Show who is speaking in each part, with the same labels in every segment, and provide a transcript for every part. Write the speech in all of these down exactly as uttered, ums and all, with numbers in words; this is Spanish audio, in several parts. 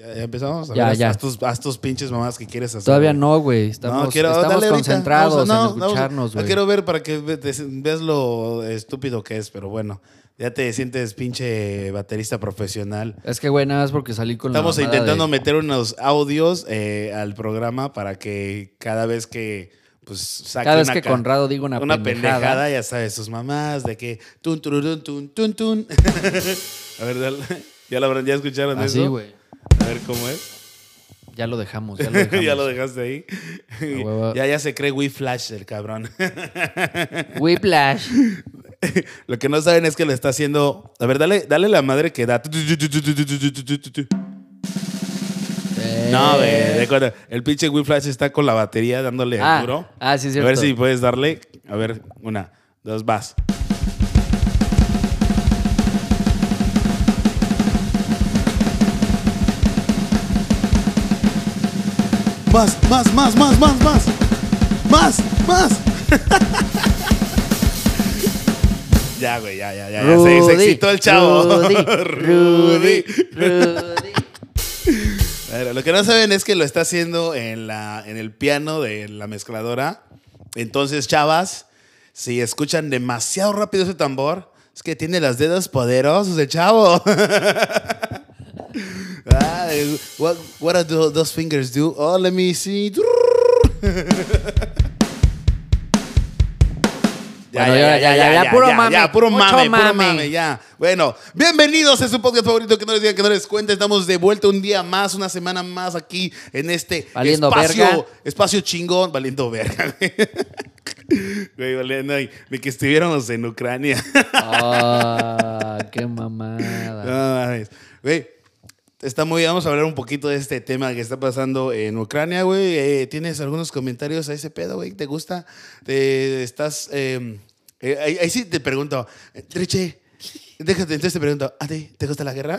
Speaker 1: Ya, ya empezamos. A
Speaker 2: Ya,
Speaker 1: ver,
Speaker 2: ya.
Speaker 1: Haz tus, haz tus pinches mamás que quieres hacer.
Speaker 2: Todavía
Speaker 1: güey.
Speaker 2: no, güey. Estamos,
Speaker 1: No, quiero-
Speaker 2: estamos
Speaker 1: dale ahorita.
Speaker 2: concentrados
Speaker 1: Vamos a- no,
Speaker 2: en
Speaker 1: vamos a-
Speaker 2: escucharnos,
Speaker 1: no
Speaker 2: güey.
Speaker 1: quiero ver para que ve- te- veas lo estúpido que es, pero bueno. Ya te sientes pinche baterista profesional.
Speaker 2: Es que, güey, nada más porque salí con
Speaker 1: Estamos
Speaker 2: la mamada
Speaker 1: intentando
Speaker 2: de-
Speaker 1: meter unos audios eh, al programa para que cada vez que pues saque
Speaker 2: Cada vez
Speaker 1: una
Speaker 2: que
Speaker 1: ca-
Speaker 2: Conrado diga una,
Speaker 1: una
Speaker 2: pendejada,
Speaker 1: pendejada, ya sabes, sus mamás, de que tun, tururun, tun, tun, tun. A ver, dale. ¿Ya, lo, habrán- ¿Ya escucharon
Speaker 2: Así,
Speaker 1: eso?
Speaker 2: güey.
Speaker 1: A ver cómo es.
Speaker 2: Ya lo dejamos, ya lo dejamos.
Speaker 1: Ya lo dejaste ahí.
Speaker 2: huevo.
Speaker 1: ya, ya se cree Wii Flash el cabrón.
Speaker 2: Whiplash.
Speaker 1: Lo que no saben es que lo está haciendo. A ver, dale, dale la madre que da.
Speaker 2: Eh.
Speaker 1: No, güey. de cuando el pinche Wii Flash está con la batería dándole
Speaker 2: Ah,
Speaker 1: duro.
Speaker 2: ah, sí, es
Speaker 1: A ver
Speaker 2: cierto.
Speaker 1: si puedes darle. A ver, una, dos, vas. Más, más, más, más, más, más. Más, más. Ya, güey, ya, ya, ya. ya. Se, se excitó el chavo.
Speaker 2: Rudy, Rudy, Rudy.
Speaker 1: Pero lo que no saben es que lo está haciendo en, la, en el piano de la mezcladora. Entonces, chavas, si escuchan demasiado rápido ese tambor, es que tiene los dedos poderosos el chavo. Ah, what, what do tho- those fingers do? Oh, let me see.
Speaker 2: Bueno, ya, ya, ya, ya, puro mame,
Speaker 1: ya, puro
Speaker 2: mucho
Speaker 1: mame, puro
Speaker 2: mame.
Speaker 1: mame, ya. Bueno, bienvenidos a su podcast favorito, que no les diga, que no les cuente. Estamos de vuelta un día más, una semana más aquí en este
Speaker 2: Valiendo
Speaker 1: espacio,
Speaker 2: verga.
Speaker 1: espacio chingón, valiendo verga, güey. Güey, valiendo, y de que estuviéramos en Ucrania.
Speaker 2: Ah, qué mamada.
Speaker 1: No mames. Güey, está muy, vamos a hablar un poquito de este tema que está pasando en Ucrania, güey. Eh, ¿Tienes algunos comentarios a ese pedo, güey? ¿Te gusta? ¿Te estás? Eh, eh, ahí, ahí sí te pregunto, Riche, déjate, entonces te pregunto, ¿a ti te gusta la guerra?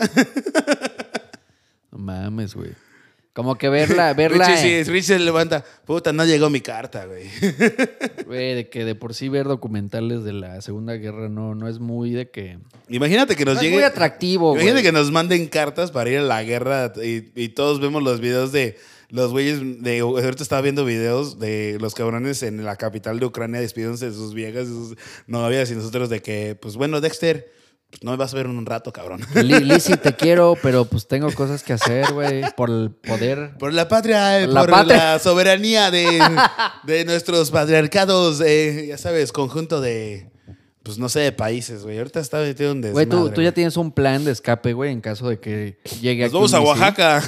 Speaker 2: No mames, güey. Como que verla, verla.
Speaker 1: Richie, sí, Richie se levanta, puta, no llegó mi carta, güey.
Speaker 2: Güey, de que de por sí ver documentales de la Segunda Guerra no, no es muy de que.
Speaker 1: Imagínate que nos
Speaker 2: No es
Speaker 1: llegue.
Speaker 2: muy atractivo, güey.
Speaker 1: Imagínate que nos manden cartas para ir a la guerra y, y todos vemos los videos de los güeyes de. Ahorita estaba viendo videos de los cabrones en la capital de Ucrania despidiéndose de sus viejas, de sus novias y nosotros de que, pues bueno, Dexter, pues no me vas a ver en un rato, cabrón.
Speaker 2: Li- Lizzy, te quiero, pero pues tengo cosas que hacer, güey. Por el poder.
Speaker 1: Por la patria, eh,
Speaker 2: Por la
Speaker 1: por
Speaker 2: patria.
Speaker 1: la soberanía de, de nuestros patriarcados, eh, ya sabes, conjunto de, pues no sé, de países, güey. Ahorita está metido en
Speaker 2: Güey,
Speaker 1: desmadre.
Speaker 2: tú, tú ya tienes un plan de escape, güey, en caso de que llegue
Speaker 1: Nos
Speaker 2: aquí
Speaker 1: vamos
Speaker 2: un
Speaker 1: a
Speaker 2: misil.
Speaker 1: Oaxaca.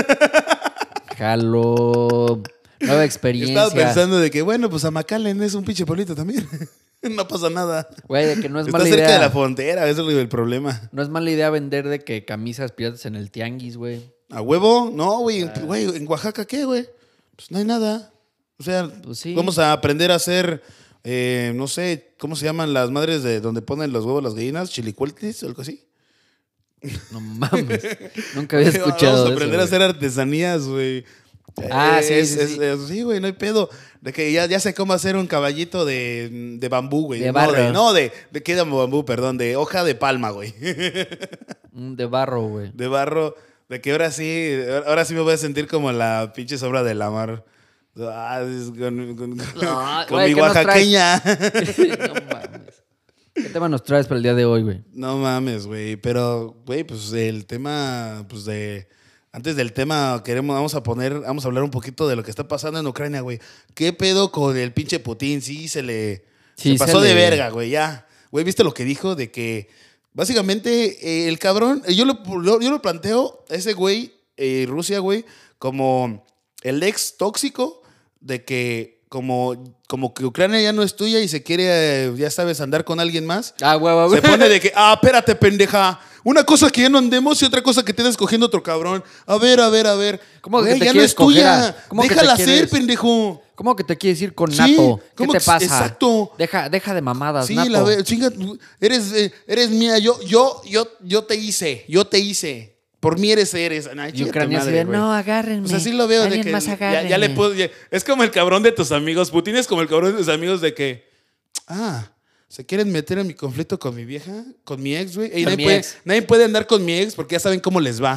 Speaker 2: Jalo. Nueva
Speaker 1: Yo
Speaker 2: experiencia.
Speaker 1: estaba pensando de que, bueno, pues a McAllen es un pinche pueblito también. No pasa nada.
Speaker 2: Güey, de que no es
Speaker 1: Está
Speaker 2: mala
Speaker 1: cerca
Speaker 2: idea.
Speaker 1: de la frontera, eso es el problema.
Speaker 2: No es mala idea vender de que camisas piratas en el tianguis, güey.
Speaker 1: ¿A huevo? No, güey.
Speaker 2: Ah.
Speaker 1: Güey, ¿en Oaxaca qué, güey? Pues no hay nada. O sea,
Speaker 2: Pues sí.
Speaker 1: vamos a aprender a hacer, eh, no sé, ¿cómo se llaman las madres de donde ponen los huevos las gallinas? ¿Chilicueltis o algo así?
Speaker 2: No mames. Nunca había escuchado
Speaker 1: Vamos a
Speaker 2: de
Speaker 1: aprender
Speaker 2: eso,
Speaker 1: a hacer artesanías, güey.
Speaker 2: Ah,
Speaker 1: Eh,
Speaker 2: sí,
Speaker 1: es-
Speaker 2: sí,
Speaker 1: es-
Speaker 2: sí.
Speaker 1: es- sí, güey, no hay pedo. De que ya, ya sé cómo hacer un caballito de, de bambú, güey.
Speaker 2: De
Speaker 1: no,
Speaker 2: barro.
Speaker 1: de, no, de, de qué de bambú, perdón, de hoja de palma, güey.
Speaker 2: güey. De barro, güey.
Speaker 1: De barro, de que ahora sí, ahora sí me voy a sentir como la pinche sobra de la mar. Ah, es con, con-
Speaker 2: No,
Speaker 1: con
Speaker 2: güey,
Speaker 1: mi
Speaker 2: ¿qué nos
Speaker 1: oaxaqueña.
Speaker 2: No mames. ¿Qué tema nos traes para el día de hoy, güey?
Speaker 1: No mames, güey. Pero, güey, pues el tema, pues de. Antes del tema, queremos, vamos a poner, vamos a hablar un poquito de lo que está pasando en Ucrania, güey. ¿Qué pedo con el pinche Putin? Sí, se le.
Speaker 2: Sí,
Speaker 1: se pasó
Speaker 2: se
Speaker 1: de
Speaker 2: le-
Speaker 1: verga, güey, ya. Güey, ¿viste lo que dijo? De que. Básicamente, eh, el cabrón. eh, Yo lo, lo- yo lo planteo, ese güey, eh, Rusia, güey, como el ex tóxico de que. Como, como que Ucrania ya no es tuya y se quiere, eh, ya sabes, andar con alguien más.
Speaker 2: Ah, güey, güey,
Speaker 1: Se
Speaker 2: güey.
Speaker 1: pone de que, ah, espérate, pendeja. Una cosa que ya no andemos y otra cosa que te estés cogiendo otro cabrón. A ver, a ver, a ver.
Speaker 2: ¿Cómo que
Speaker 1: Güey,
Speaker 2: te
Speaker 1: ya no
Speaker 2: quieres
Speaker 1: es tuya.
Speaker 2: coger a- cómo que te
Speaker 1: Déjala ser,
Speaker 2: quieres-
Speaker 1: pendejo.
Speaker 2: ¿Cómo que te quieres ir con
Speaker 1: Sí,
Speaker 2: Nato? ¿Qué
Speaker 1: ¿cómo
Speaker 2: te
Speaker 1: que-
Speaker 2: pasa?
Speaker 1: exacto.
Speaker 2: Deja, deja de mamadas,
Speaker 1: Sí,
Speaker 2: Nato.
Speaker 1: la ve- chinga, eres, eh, eres mía. Yo, yo, yo, yo te hice. Yo te hice. Por mí eres, eres. Ay,
Speaker 2: Y
Speaker 1: chinga tu
Speaker 2: Ucrania se
Speaker 1: madre,
Speaker 2: ve,
Speaker 1: güey.
Speaker 2: no, agárrenme.
Speaker 1: Pues así lo veo de
Speaker 2: Alguien
Speaker 1: que
Speaker 2: más
Speaker 1: ya,
Speaker 2: agárrenme.
Speaker 1: ya le puedo. ya- es como el cabrón de tus amigos. Putin es como el cabrón de tus amigos de que. Ah, ¿se quieren meter en mi conflicto con mi vieja? ¿Con mi ex, güey? Ey,
Speaker 2: Con
Speaker 1: nadie,
Speaker 2: mi
Speaker 1: puede,
Speaker 2: ex.
Speaker 1: nadie puede andar con mi ex porque ya saben cómo les va.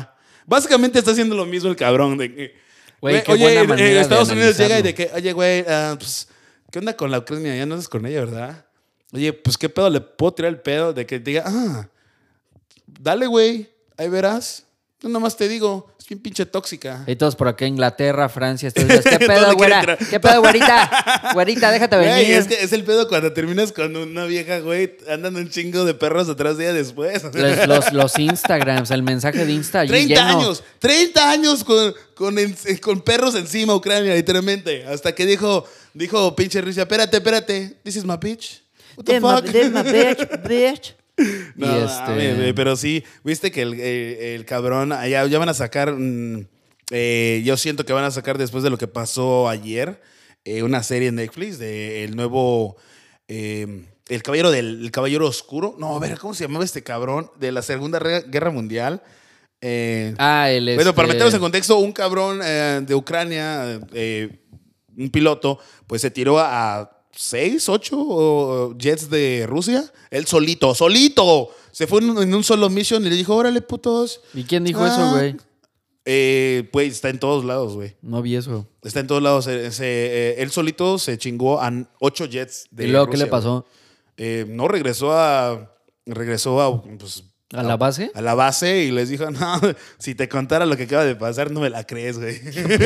Speaker 1: Básicamente está haciendo lo mismo el cabrón. De que,
Speaker 2: Güey,
Speaker 1: güey,
Speaker 2: qué
Speaker 1: oye,
Speaker 2: buena
Speaker 1: eh,
Speaker 2: manera
Speaker 1: Estados
Speaker 2: de
Speaker 1: Unidos llega y
Speaker 2: analizarlo.
Speaker 1: de que, oye, güey, ah, pues, ¿qué onda con la Ucrania? Ya no estás con ella, ¿verdad? Oye, pues, ¿qué pedo? Le puedo tirar el pedo de que diga, ah, dale, güey, ahí verás. No, nomás te digo, es bien pinche tóxica.
Speaker 2: Y todos por acá, Inglaterra, Francia, Estados Unidos. ¿Qué
Speaker 1: Todos
Speaker 2: pedo,
Speaker 1: le quieren
Speaker 2: güera?
Speaker 1: tirar.
Speaker 2: ¿Qué pedo, güerita? Güerita, déjate
Speaker 1: Güey,
Speaker 2: venir.
Speaker 1: es que es el pedo cuando terminas con una vieja, güey, andan un chingo de perros atrás de ella después.
Speaker 2: Los, los, los Instagrams, el mensaje de Insta allí
Speaker 1: treinta
Speaker 2: lleno.
Speaker 1: años, treinta años con, con, en- con perros encima, Ucrania, literalmente. Hasta que dijo, dijo pinche Rusia, espérate, espérate, this is my bitch. What the
Speaker 2: This my-
Speaker 1: fuck?
Speaker 2: this my bitch, bitch.
Speaker 1: No,
Speaker 2: Y este-
Speaker 1: mames, güey, pero sí, viste que el, el- el cabrón, ya, ya van a sacar, mm, eh, yo siento que van a sacar después de lo que pasó ayer, eh, una serie en Netflix de el nuevo, eh, el caballero del el caballero oscuro. No, a ver, ¿cómo se llamaba este cabrón? De la Segunda Re- Guerra Mundial. Eh,
Speaker 2: Ah, el
Speaker 1: bueno, para
Speaker 2: este-
Speaker 1: meternos en contexto, un cabrón eh, de Ucrania, eh, un piloto, pues se tiró a seis, ocho jets de Rusia. Él solito, solito. Se fue en, en un solo mission y le dijo, órale, putos.
Speaker 2: ¿Y quién dijo
Speaker 1: Ah.
Speaker 2: eso, güey?
Speaker 1: Eh, pues está en todos lados, güey.
Speaker 2: No vi eso.
Speaker 1: Está en todos lados. Se- se- eh, él solito se chingó a ocho jets de
Speaker 2: ¿Y luego qué
Speaker 1: Rusia,
Speaker 2: le pasó?
Speaker 1: güey. Eh, no, regresó a... Regresó a... Pues,
Speaker 2: ¿A la base?
Speaker 1: a la base y les dijo, no, si te contara lo que acaba de pasar, no me la crees, güey.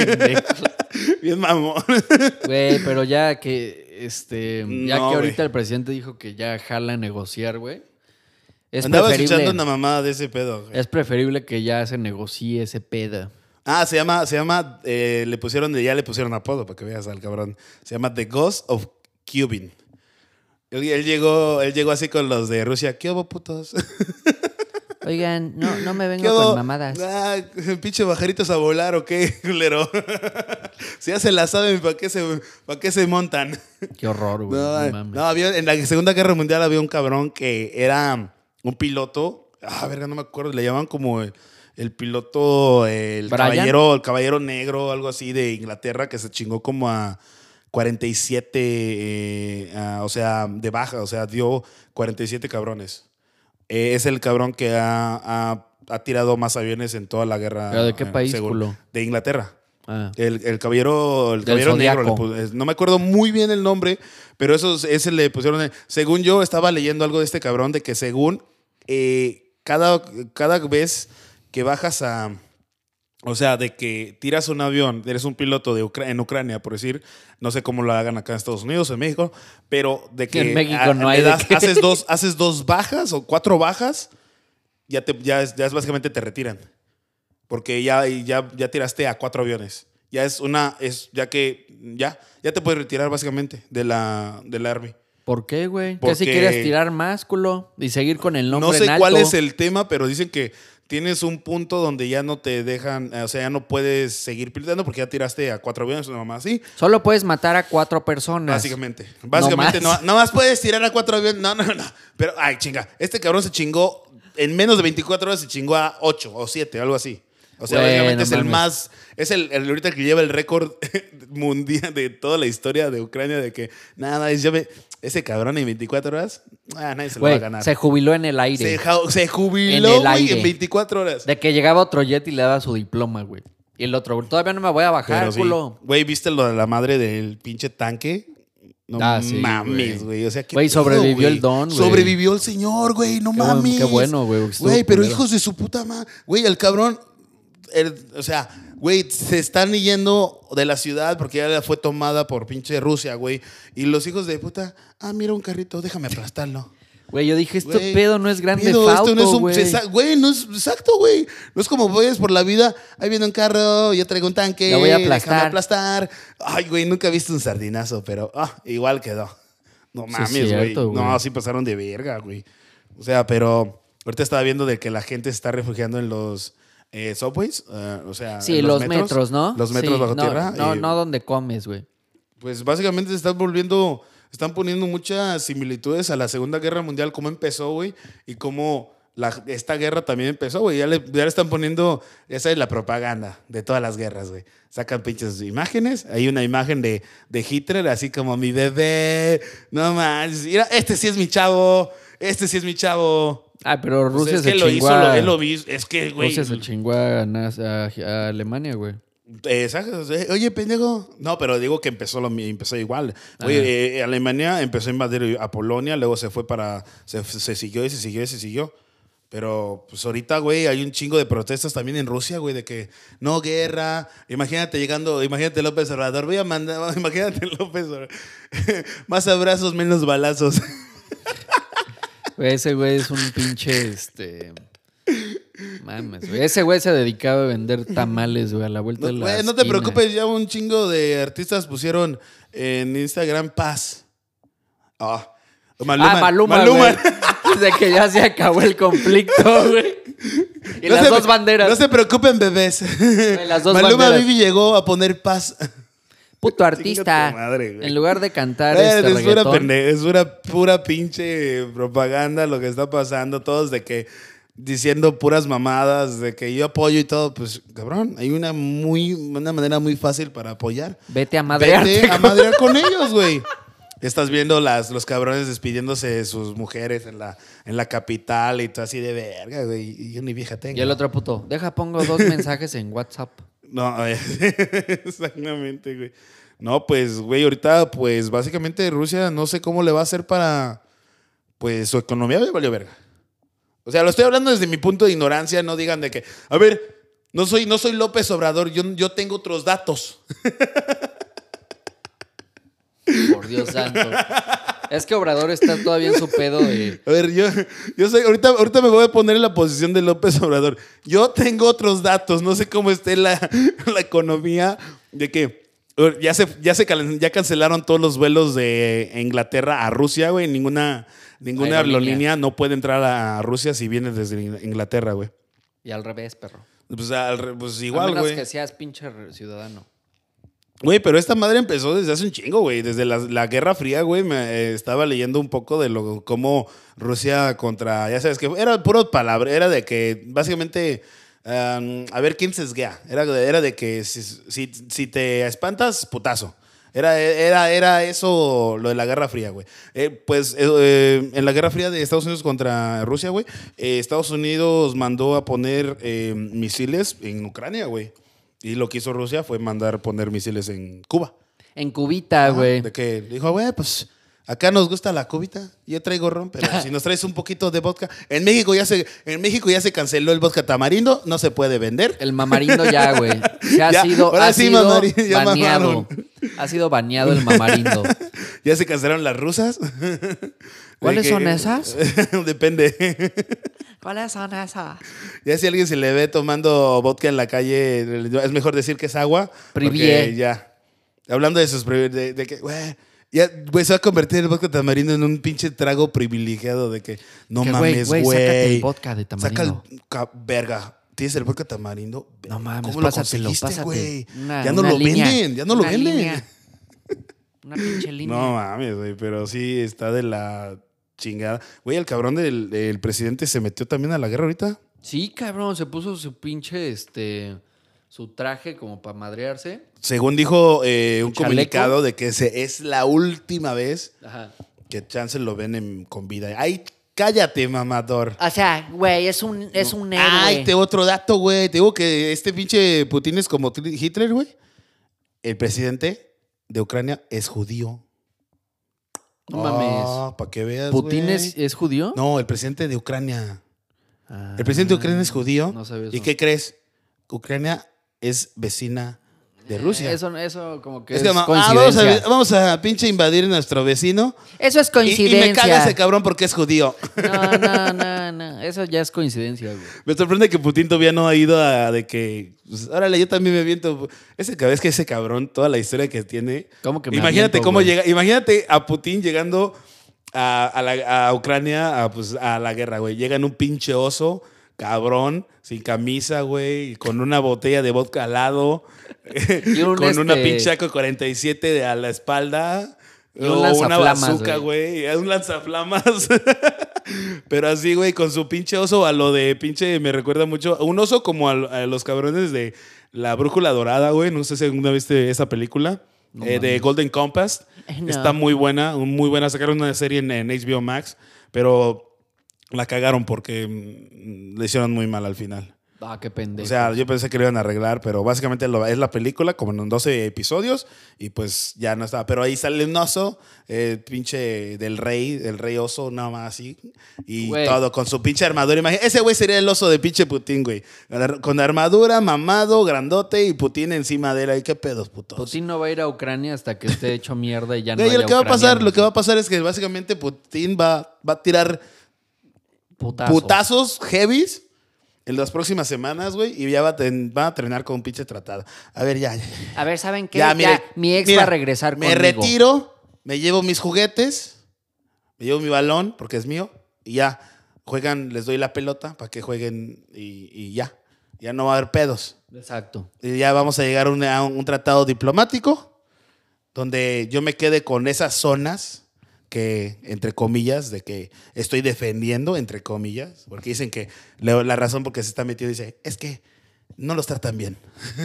Speaker 1: Bien mamón.
Speaker 2: Güey, pero ya que, este, ya
Speaker 1: No,
Speaker 2: que ahorita
Speaker 1: güey.
Speaker 2: el presidente dijo que ya jala a negociar, güey. Es
Speaker 1: Andaba
Speaker 2: preferible,
Speaker 1: escuchando una mamada de ese pedo, güey.
Speaker 2: es preferible que ya se negocie ese pedo.
Speaker 1: Ah, se llama, se llama, eh, le pusieron, ya le pusieron apodo para que veas al cabrón. Se llama The Ghost of Cubin. Él, él llegó, él llegó así con los de Rusia. ¿Qué hubo, putos?
Speaker 2: Oigan, no, no me
Speaker 1: ¿Qué
Speaker 2: vengo
Speaker 1: hubo?
Speaker 2: con mamadas.
Speaker 1: Ah, pinche bajeritos a volar o qué, culero. Si ya se la saben, ¿para qué se, para qué se montan?
Speaker 2: Qué horror, güey.
Speaker 1: No,
Speaker 2: No, mames.
Speaker 1: no, había, en la Segunda Guerra Mundial había un cabrón que era un piloto. Ah, verga, no me acuerdo. Le llamaban como el, el piloto, el
Speaker 2: ¿Brian?
Speaker 1: caballero, el caballero negro, algo así de Inglaterra, que se chingó como a cuarenta y siete, eh, a- o sea, de baja, o sea, dio cuarenta y siete cabrones. Eh, es el cabrón que ha, ha- ha tirado más aviones en toda la guerra.
Speaker 2: ¿Pero de qué
Speaker 1: eh,
Speaker 2: país,
Speaker 1: según-
Speaker 2: culo?
Speaker 1: De Inglaterra.
Speaker 2: Ah.
Speaker 1: El, el caballero, el
Speaker 2: Del
Speaker 1: caballero negro. le
Speaker 2: Zodiaco.
Speaker 1: pu- no me acuerdo muy bien el nombre, pero eso, ese le pusieron. Según yo, estaba leyendo algo de este cabrón, de que según eh, cada, cada vez que bajas a. O sea, de que tiras un avión, eres un piloto de Ucra- en Ucrania, por decir, no sé cómo lo hagan acá en Estados Unidos, en México, pero de que
Speaker 2: En México
Speaker 1: a-
Speaker 2: no
Speaker 1: le
Speaker 2: hay de
Speaker 1: das-
Speaker 2: qué.
Speaker 1: haces, dos, haces dos bajas o cuatro bajas, ya, te, ya, es, ya es básicamente te retiran. Porque ya, ya, ya tiraste a cuatro aviones. Ya es una, es ya que, ya, ya te puedes retirar básicamente de la, de la Army.
Speaker 2: ¿Por qué, güey? ¿Qué
Speaker 1: Porque-
Speaker 2: si quieres tirar más, culo? Y seguir con el nombre
Speaker 1: No sé
Speaker 2: en alto.
Speaker 1: cuál es el tema, pero dicen que tienes un punto donde ya no te dejan, eh, o sea, ya no puedes seguir pilotando porque ya tiraste a cuatro aviones, una mamá así.
Speaker 2: Solo puedes matar a cuatro personas.
Speaker 1: Básicamente. Básicamente,
Speaker 2: más.
Speaker 1: no, no más puedes tirar a cuatro aviones. No, no, no. Pero, ay, chinga. Este cabrón se chingó, en menos de veinticuatro horas se chingó a ocho o siete, algo así. O sea,
Speaker 2: Güey,
Speaker 1: básicamente
Speaker 2: no
Speaker 1: es el
Speaker 2: mames.
Speaker 1: más, es el, el ahorita que lleva el récord mundial de toda la historia de Ucrania de que nada, es llave, ese cabrón en veinticuatro horas, ah, nadie se lo va a
Speaker 2: Güey,
Speaker 1: ganar.
Speaker 2: se jubiló en el aire.
Speaker 1: Se, ja- se
Speaker 2: En
Speaker 1: jubiló,
Speaker 2: el
Speaker 1: güey,
Speaker 2: aire.
Speaker 1: en veinticuatro horas.
Speaker 2: De que llegaba otro jet y le daba su diploma, güey. Y el otro, todavía no me voy a bajar,
Speaker 1: Pero sí.
Speaker 2: culo.
Speaker 1: Güey, ¿viste lo de la madre del pinche tanque? No
Speaker 2: Ah, sí,
Speaker 1: mames,
Speaker 2: güey.
Speaker 1: güey. O sea, ¿qué
Speaker 2: Güey,
Speaker 1: pedo,
Speaker 2: sobrevivió
Speaker 1: güey?
Speaker 2: el don, güey.
Speaker 1: Sobrevivió el señor, güey. No
Speaker 2: Qué buen-
Speaker 1: mames.
Speaker 2: qué bueno, güey, porque estuvo
Speaker 1: Güey, pero
Speaker 2: culero.
Speaker 1: hijos de su puta madre. Güey, el cabrón. el- o sea, güey, se están yendo de la ciudad porque ya fue tomada por pinche Rusia, güey. Y los hijos de puta, ah, mira un carrito, déjame aplastarlo.
Speaker 2: Güey, yo dije, esto
Speaker 1: Güey,
Speaker 2: pedo no es grande
Speaker 1: pedo,
Speaker 2: fauto,
Speaker 1: esto no es un-
Speaker 2: güey.
Speaker 1: exa- Güey, no es exacto, güey. No es como vayas por la vida, ahí viene un carro, yo traigo un tanque,
Speaker 2: La voy a
Speaker 1: déjame
Speaker 2: aplastar.
Speaker 1: aplastar. Ay, güey, nunca he visto un sardinazo, pero ah, igual quedó. No
Speaker 2: Sí,
Speaker 1: mames,
Speaker 2: es
Speaker 1: güey.
Speaker 2: cierto, güey.
Speaker 1: No, sí pasaron de verga, güey. O sea, pero ahorita estaba viendo de que la gente se está refugiando en los eh, subways, eh, o sea,
Speaker 2: Sí,
Speaker 1: en
Speaker 2: los metros, ¿no?
Speaker 1: Los metros
Speaker 2: Sí,
Speaker 1: bajo
Speaker 2: no,
Speaker 1: tierra.
Speaker 2: No,
Speaker 1: eh,
Speaker 2: no donde comes, güey.
Speaker 1: Pues básicamente se están volviendo, están poniendo muchas similitudes a la Segunda Guerra Mundial, cómo empezó, güey, y cómo la- esta guerra también empezó, güey. Ya le, ya le están poniendo, esa es la propaganda de todas las guerras, güey. Sacan pinches imágenes, hay una imagen de, de Hitler, así como mi bebé, no más, mira, este sí es mi chavo, este sí es mi chavo.
Speaker 2: Ah, pero Rusia
Speaker 1: Pues es
Speaker 2: se
Speaker 1: que lo
Speaker 2: chingó
Speaker 1: hizo,
Speaker 2: a...
Speaker 1: lo, él lo vi, es que, güey.
Speaker 2: Rusia se chingó a, Naz- a- a Alemania, güey.
Speaker 1: Exacto. Oye, pendejo. No, pero digo que empezó, lo, empezó igual.
Speaker 2: Ajá.
Speaker 1: Oye, eh, Alemania empezó a invadir a Polonia, luego se fue para. Se, se siguió y se siguió y se siguió. Pero pues ahorita, güey, hay un chingo de protestas también en Rusia, güey, de que no guerra. Imagínate llegando, imagínate López Obrador. Voy a mandar, imagínate López Obrador. Más abrazos, menos balazos.
Speaker 2: Güey, ese güey es un pinche, este... Mames, güey. Ese güey se dedicaba a vender tamales, güey, a la vuelta
Speaker 1: No,
Speaker 2: de la
Speaker 1: güey, no te
Speaker 2: esquina.
Speaker 1: preocupes, ya un chingo de artistas pusieron en Instagram paz. Ah, Maluma.
Speaker 2: Ah, Maluma,
Speaker 1: Maluma.
Speaker 2: güey. Desde que ya se acabó el conflicto, güey. Y
Speaker 1: No
Speaker 2: las
Speaker 1: se-
Speaker 2: dos banderas.
Speaker 1: No se preocupen, bebés.
Speaker 2: las dos
Speaker 1: Maluma
Speaker 2: banderas.
Speaker 1: Bibi llegó a poner paz.
Speaker 2: Puto artista.
Speaker 1: Chinga tu madre, güey.
Speaker 2: En lugar de cantar
Speaker 1: Eh,
Speaker 2: este
Speaker 1: es, pura
Speaker 2: reggaetón.
Speaker 1: pende- es pura, pura pinche propaganda lo que está pasando. Todos de que diciendo puras mamadas, de que yo apoyo y todo. Pues, cabrón, hay una, muy, una manera muy fácil para apoyar.
Speaker 2: Vete a madrearte.
Speaker 1: Vete a madrear con ellos, güey. Estás viendo las, los cabrones despidiéndose de sus mujeres en la, en la capital y todo así de verga, güey. Y yo ni vieja tengo.
Speaker 2: Y el otro puto, deja, pongo dos mensajes en WhatsApp.
Speaker 1: No, exactamente, güey. No, pues, güey, ahorita, pues, básicamente Rusia no sé cómo le va a hacer para, pues, su economía le valió verga. O sea, lo estoy hablando desde mi punto de ignorancia, no digan de que, a ver, no soy, no soy López Obrador, yo, yo tengo otros datos.
Speaker 2: Por Dios santo. Es que Obrador está todavía en su pedo de...
Speaker 1: A ver, yo, yo soy, ahorita, ahorita me voy a poner en la posición de López Obrador. Yo tengo otros datos, no sé cómo esté la, la economía de que ya se, ya se cal- ya cancelaron todos los vuelos de Inglaterra a Rusia, güey. Ninguna, ninguna
Speaker 2: Aerolínea.
Speaker 1: aerolínea no puede entrar a Rusia si viene desde Inglaterra, güey.
Speaker 2: Y al revés, perro.
Speaker 1: Pues, al re- pues
Speaker 2: A
Speaker 1: igual,
Speaker 2: menos
Speaker 1: güey.
Speaker 2: que seas pinche re- ciudadano.
Speaker 1: Güey, pero esta madre empezó desde hace un chingo, güey. Desde la, la Guerra Fría, güey, me eh, estaba leyendo un poco de lo cómo Rusia contra, ya sabes que era puro palabra, era de que básicamente um, a ver quién se esguea. Era, era de que si, si, si te espantas, putazo. Era, era, era eso lo de la Guerra Fría, güey. Eh, pues eh, eh, en la Guerra Fría de Estados Unidos contra Rusia, güey, eh, Estados Unidos mandó a poner eh, misiles en Ucrania, güey. Y lo que hizo Rusia fue mandar poner misiles en Cuba.
Speaker 2: En Cubita, güey.
Speaker 1: De que dijo, güey, pues acá nos gusta la cubita. Yo traigo ron, pero si nos traes un poquito de vodka. En México ya se, en México ya se canceló el vodka tamarindo, no se puede vender.
Speaker 2: El mamarindo ya, güey. Se ha
Speaker 1: Ya,
Speaker 2: sido,
Speaker 1: ahora
Speaker 2: ha
Speaker 1: sí,
Speaker 2: sido
Speaker 1: mamarindo, ya
Speaker 2: baneado.
Speaker 1: mamaron.
Speaker 2: Ha sido baneado el mamarindo.
Speaker 1: Ya se cancelaron las rusas.
Speaker 2: ¿Cuáles
Speaker 1: De que-
Speaker 2: son esas?
Speaker 1: Depende.
Speaker 2: ¿Cuáles son esas?
Speaker 1: Ya si a alguien se le ve tomando vodka en la calle, es mejor decir que es agua.
Speaker 2: Privié.
Speaker 1: Porque ya. Hablando de esos, privi- de, de que, güey, ya, güey, se va a convertir el vodka tamarindo en un pinche trago privilegiado de que no
Speaker 2: Que, güey,
Speaker 1: mames,
Speaker 2: güey,
Speaker 1: güey.
Speaker 2: sácate el vodka de
Speaker 1: Saca el
Speaker 2: tamarindo.
Speaker 1: ca- verga. ¿Tienes el vodka tamarindo?
Speaker 2: No mames,
Speaker 1: ¿Cómo lo
Speaker 2: pásatelo,
Speaker 1: conseguiste,
Speaker 2: pásate.
Speaker 1: güey?
Speaker 2: Una-
Speaker 1: Ya no
Speaker 2: una
Speaker 1: lo
Speaker 2: línea,
Speaker 1: venden, ya no lo
Speaker 2: una
Speaker 1: venden.
Speaker 2: línea. Una pinche línea.
Speaker 1: No mames, güey, pero sí está de la chingada. Güey, el cabrón del, del presidente se metió también a la guerra ahorita.
Speaker 2: Sí, cabrón, se puso su pinche, este, su traje como para madrearse.
Speaker 1: Según dijo eh, un
Speaker 2: ¿Chaleco?
Speaker 1: comunicado de que se, es la última vez
Speaker 2: Ajá.
Speaker 1: que chance lo ven en- con vida. Ay, cállate, mamador.
Speaker 3: O sea, güey, es un, es un héroe.
Speaker 1: Ay, te otro dato, güey. Te digo que este pinche Putin es como Hitler, güey. El presidente de Ucrania es judío.
Speaker 2: No mames.
Speaker 1: Ah, para que veas,
Speaker 2: ¿Putin
Speaker 1: güey.
Speaker 2: es, es judío?
Speaker 1: No, el presidente de Ucrania.
Speaker 2: Ah,
Speaker 1: El presidente de Ucrania es judío.
Speaker 2: No sabía
Speaker 1: ¿Y
Speaker 2: eso.
Speaker 1: qué crees? Ucrania es vecina de Rusia.
Speaker 2: Eso, eso como que
Speaker 1: Es
Speaker 2: es,
Speaker 1: que, ah,
Speaker 2: coincidencia.
Speaker 1: vamos, a, vamos a pinche invadir nuestro vecino.
Speaker 3: Eso es
Speaker 1: Y, y
Speaker 3: coincidencia.
Speaker 1: me caga ese cabrón porque es judío.
Speaker 2: No, no, no, no. Eso ya es coincidencia, güey.
Speaker 1: Me sorprende que Putin todavía no ha ido a de que. Pues, órale, yo también me viento. Ese cabrón, es que ese cabrón, toda la historia que tiene.
Speaker 2: ¿Cómo que me
Speaker 1: Imagínate
Speaker 2: aviento,
Speaker 1: cómo
Speaker 2: güey?
Speaker 1: llega. Imagínate a Putin llegando a, a la- a Ucrania a, pues, a la guerra, güey. Llega en un pinche oso, cabrón, sin camisa, güey, con una botella de vodka al lado,
Speaker 2: Y un,
Speaker 1: con una
Speaker 2: este,
Speaker 1: pinche A K cuarenta y siete de a la espalda.
Speaker 2: Y un
Speaker 1: o una
Speaker 2: lanzaflamas,
Speaker 1: bazooka, güey. Un lanzaflamas. Pero así, güey, con su pinche oso a lo de pinche, me recuerda mucho. Un oso como a, a los cabrones de La Brújula Dorada, güey. No sé si alguna vez viste esa película.
Speaker 2: No
Speaker 1: eh, de
Speaker 2: mames.
Speaker 1: Golden Compass.
Speaker 3: No.
Speaker 1: Está muy buena, muy buena. Sacaron una serie en, en H B O Max. Pero la cagaron porque mm, le hicieron muy mal al final.
Speaker 2: Ah, qué pendejo.
Speaker 1: O sea, yo pensé que lo iban a arreglar, pero básicamente lo, es la película como en doce episodios y pues ya no estaba. Pero ahí sale un oso, eh, pinche del rey, del rey oso, nada más así. Y
Speaker 2: Güey.
Speaker 1: todo con su pinche armadura. Imagina, ese güey sería el oso de pinche Putin, güey. Con armadura, mamado, grandote y Putin encima de él. Ay, qué pedos, putos.
Speaker 2: Putin no va a ir a Ucrania hasta que esté hecho mierda y ya no
Speaker 1: Güey,
Speaker 2: haya
Speaker 1: lo que va a pasar,
Speaker 2: ucranianos.
Speaker 1: lo que va a pasar es que básicamente Putin va, va a tirar
Speaker 2: Putazo.
Speaker 1: putazos heavies en las próximas semanas, güey, y ya va a ten- van a terminar con un pinche tratado. A ver, ya, ya.
Speaker 3: A ver, ¿saben qué?
Speaker 1: Ya,
Speaker 3: Ya,
Speaker 1: mire,
Speaker 3: mi ex
Speaker 1: mira,
Speaker 3: va a regresar
Speaker 1: me
Speaker 3: conmigo.
Speaker 1: retiro, me llevo mis juguetes, me llevo mi balón, porque es mío, y ya, juegan, les doy la pelota para que jueguen y, y ya. Ya no va a haber pedos.
Speaker 2: Exacto.
Speaker 1: Y ya vamos a llegar a un, a un tratado diplomático donde yo me quede con esas zonas que, entre comillas, de que estoy defendiendo, entre comillas, porque dicen que la, la razón por que se está metiendo dice, es que no los tratan bien.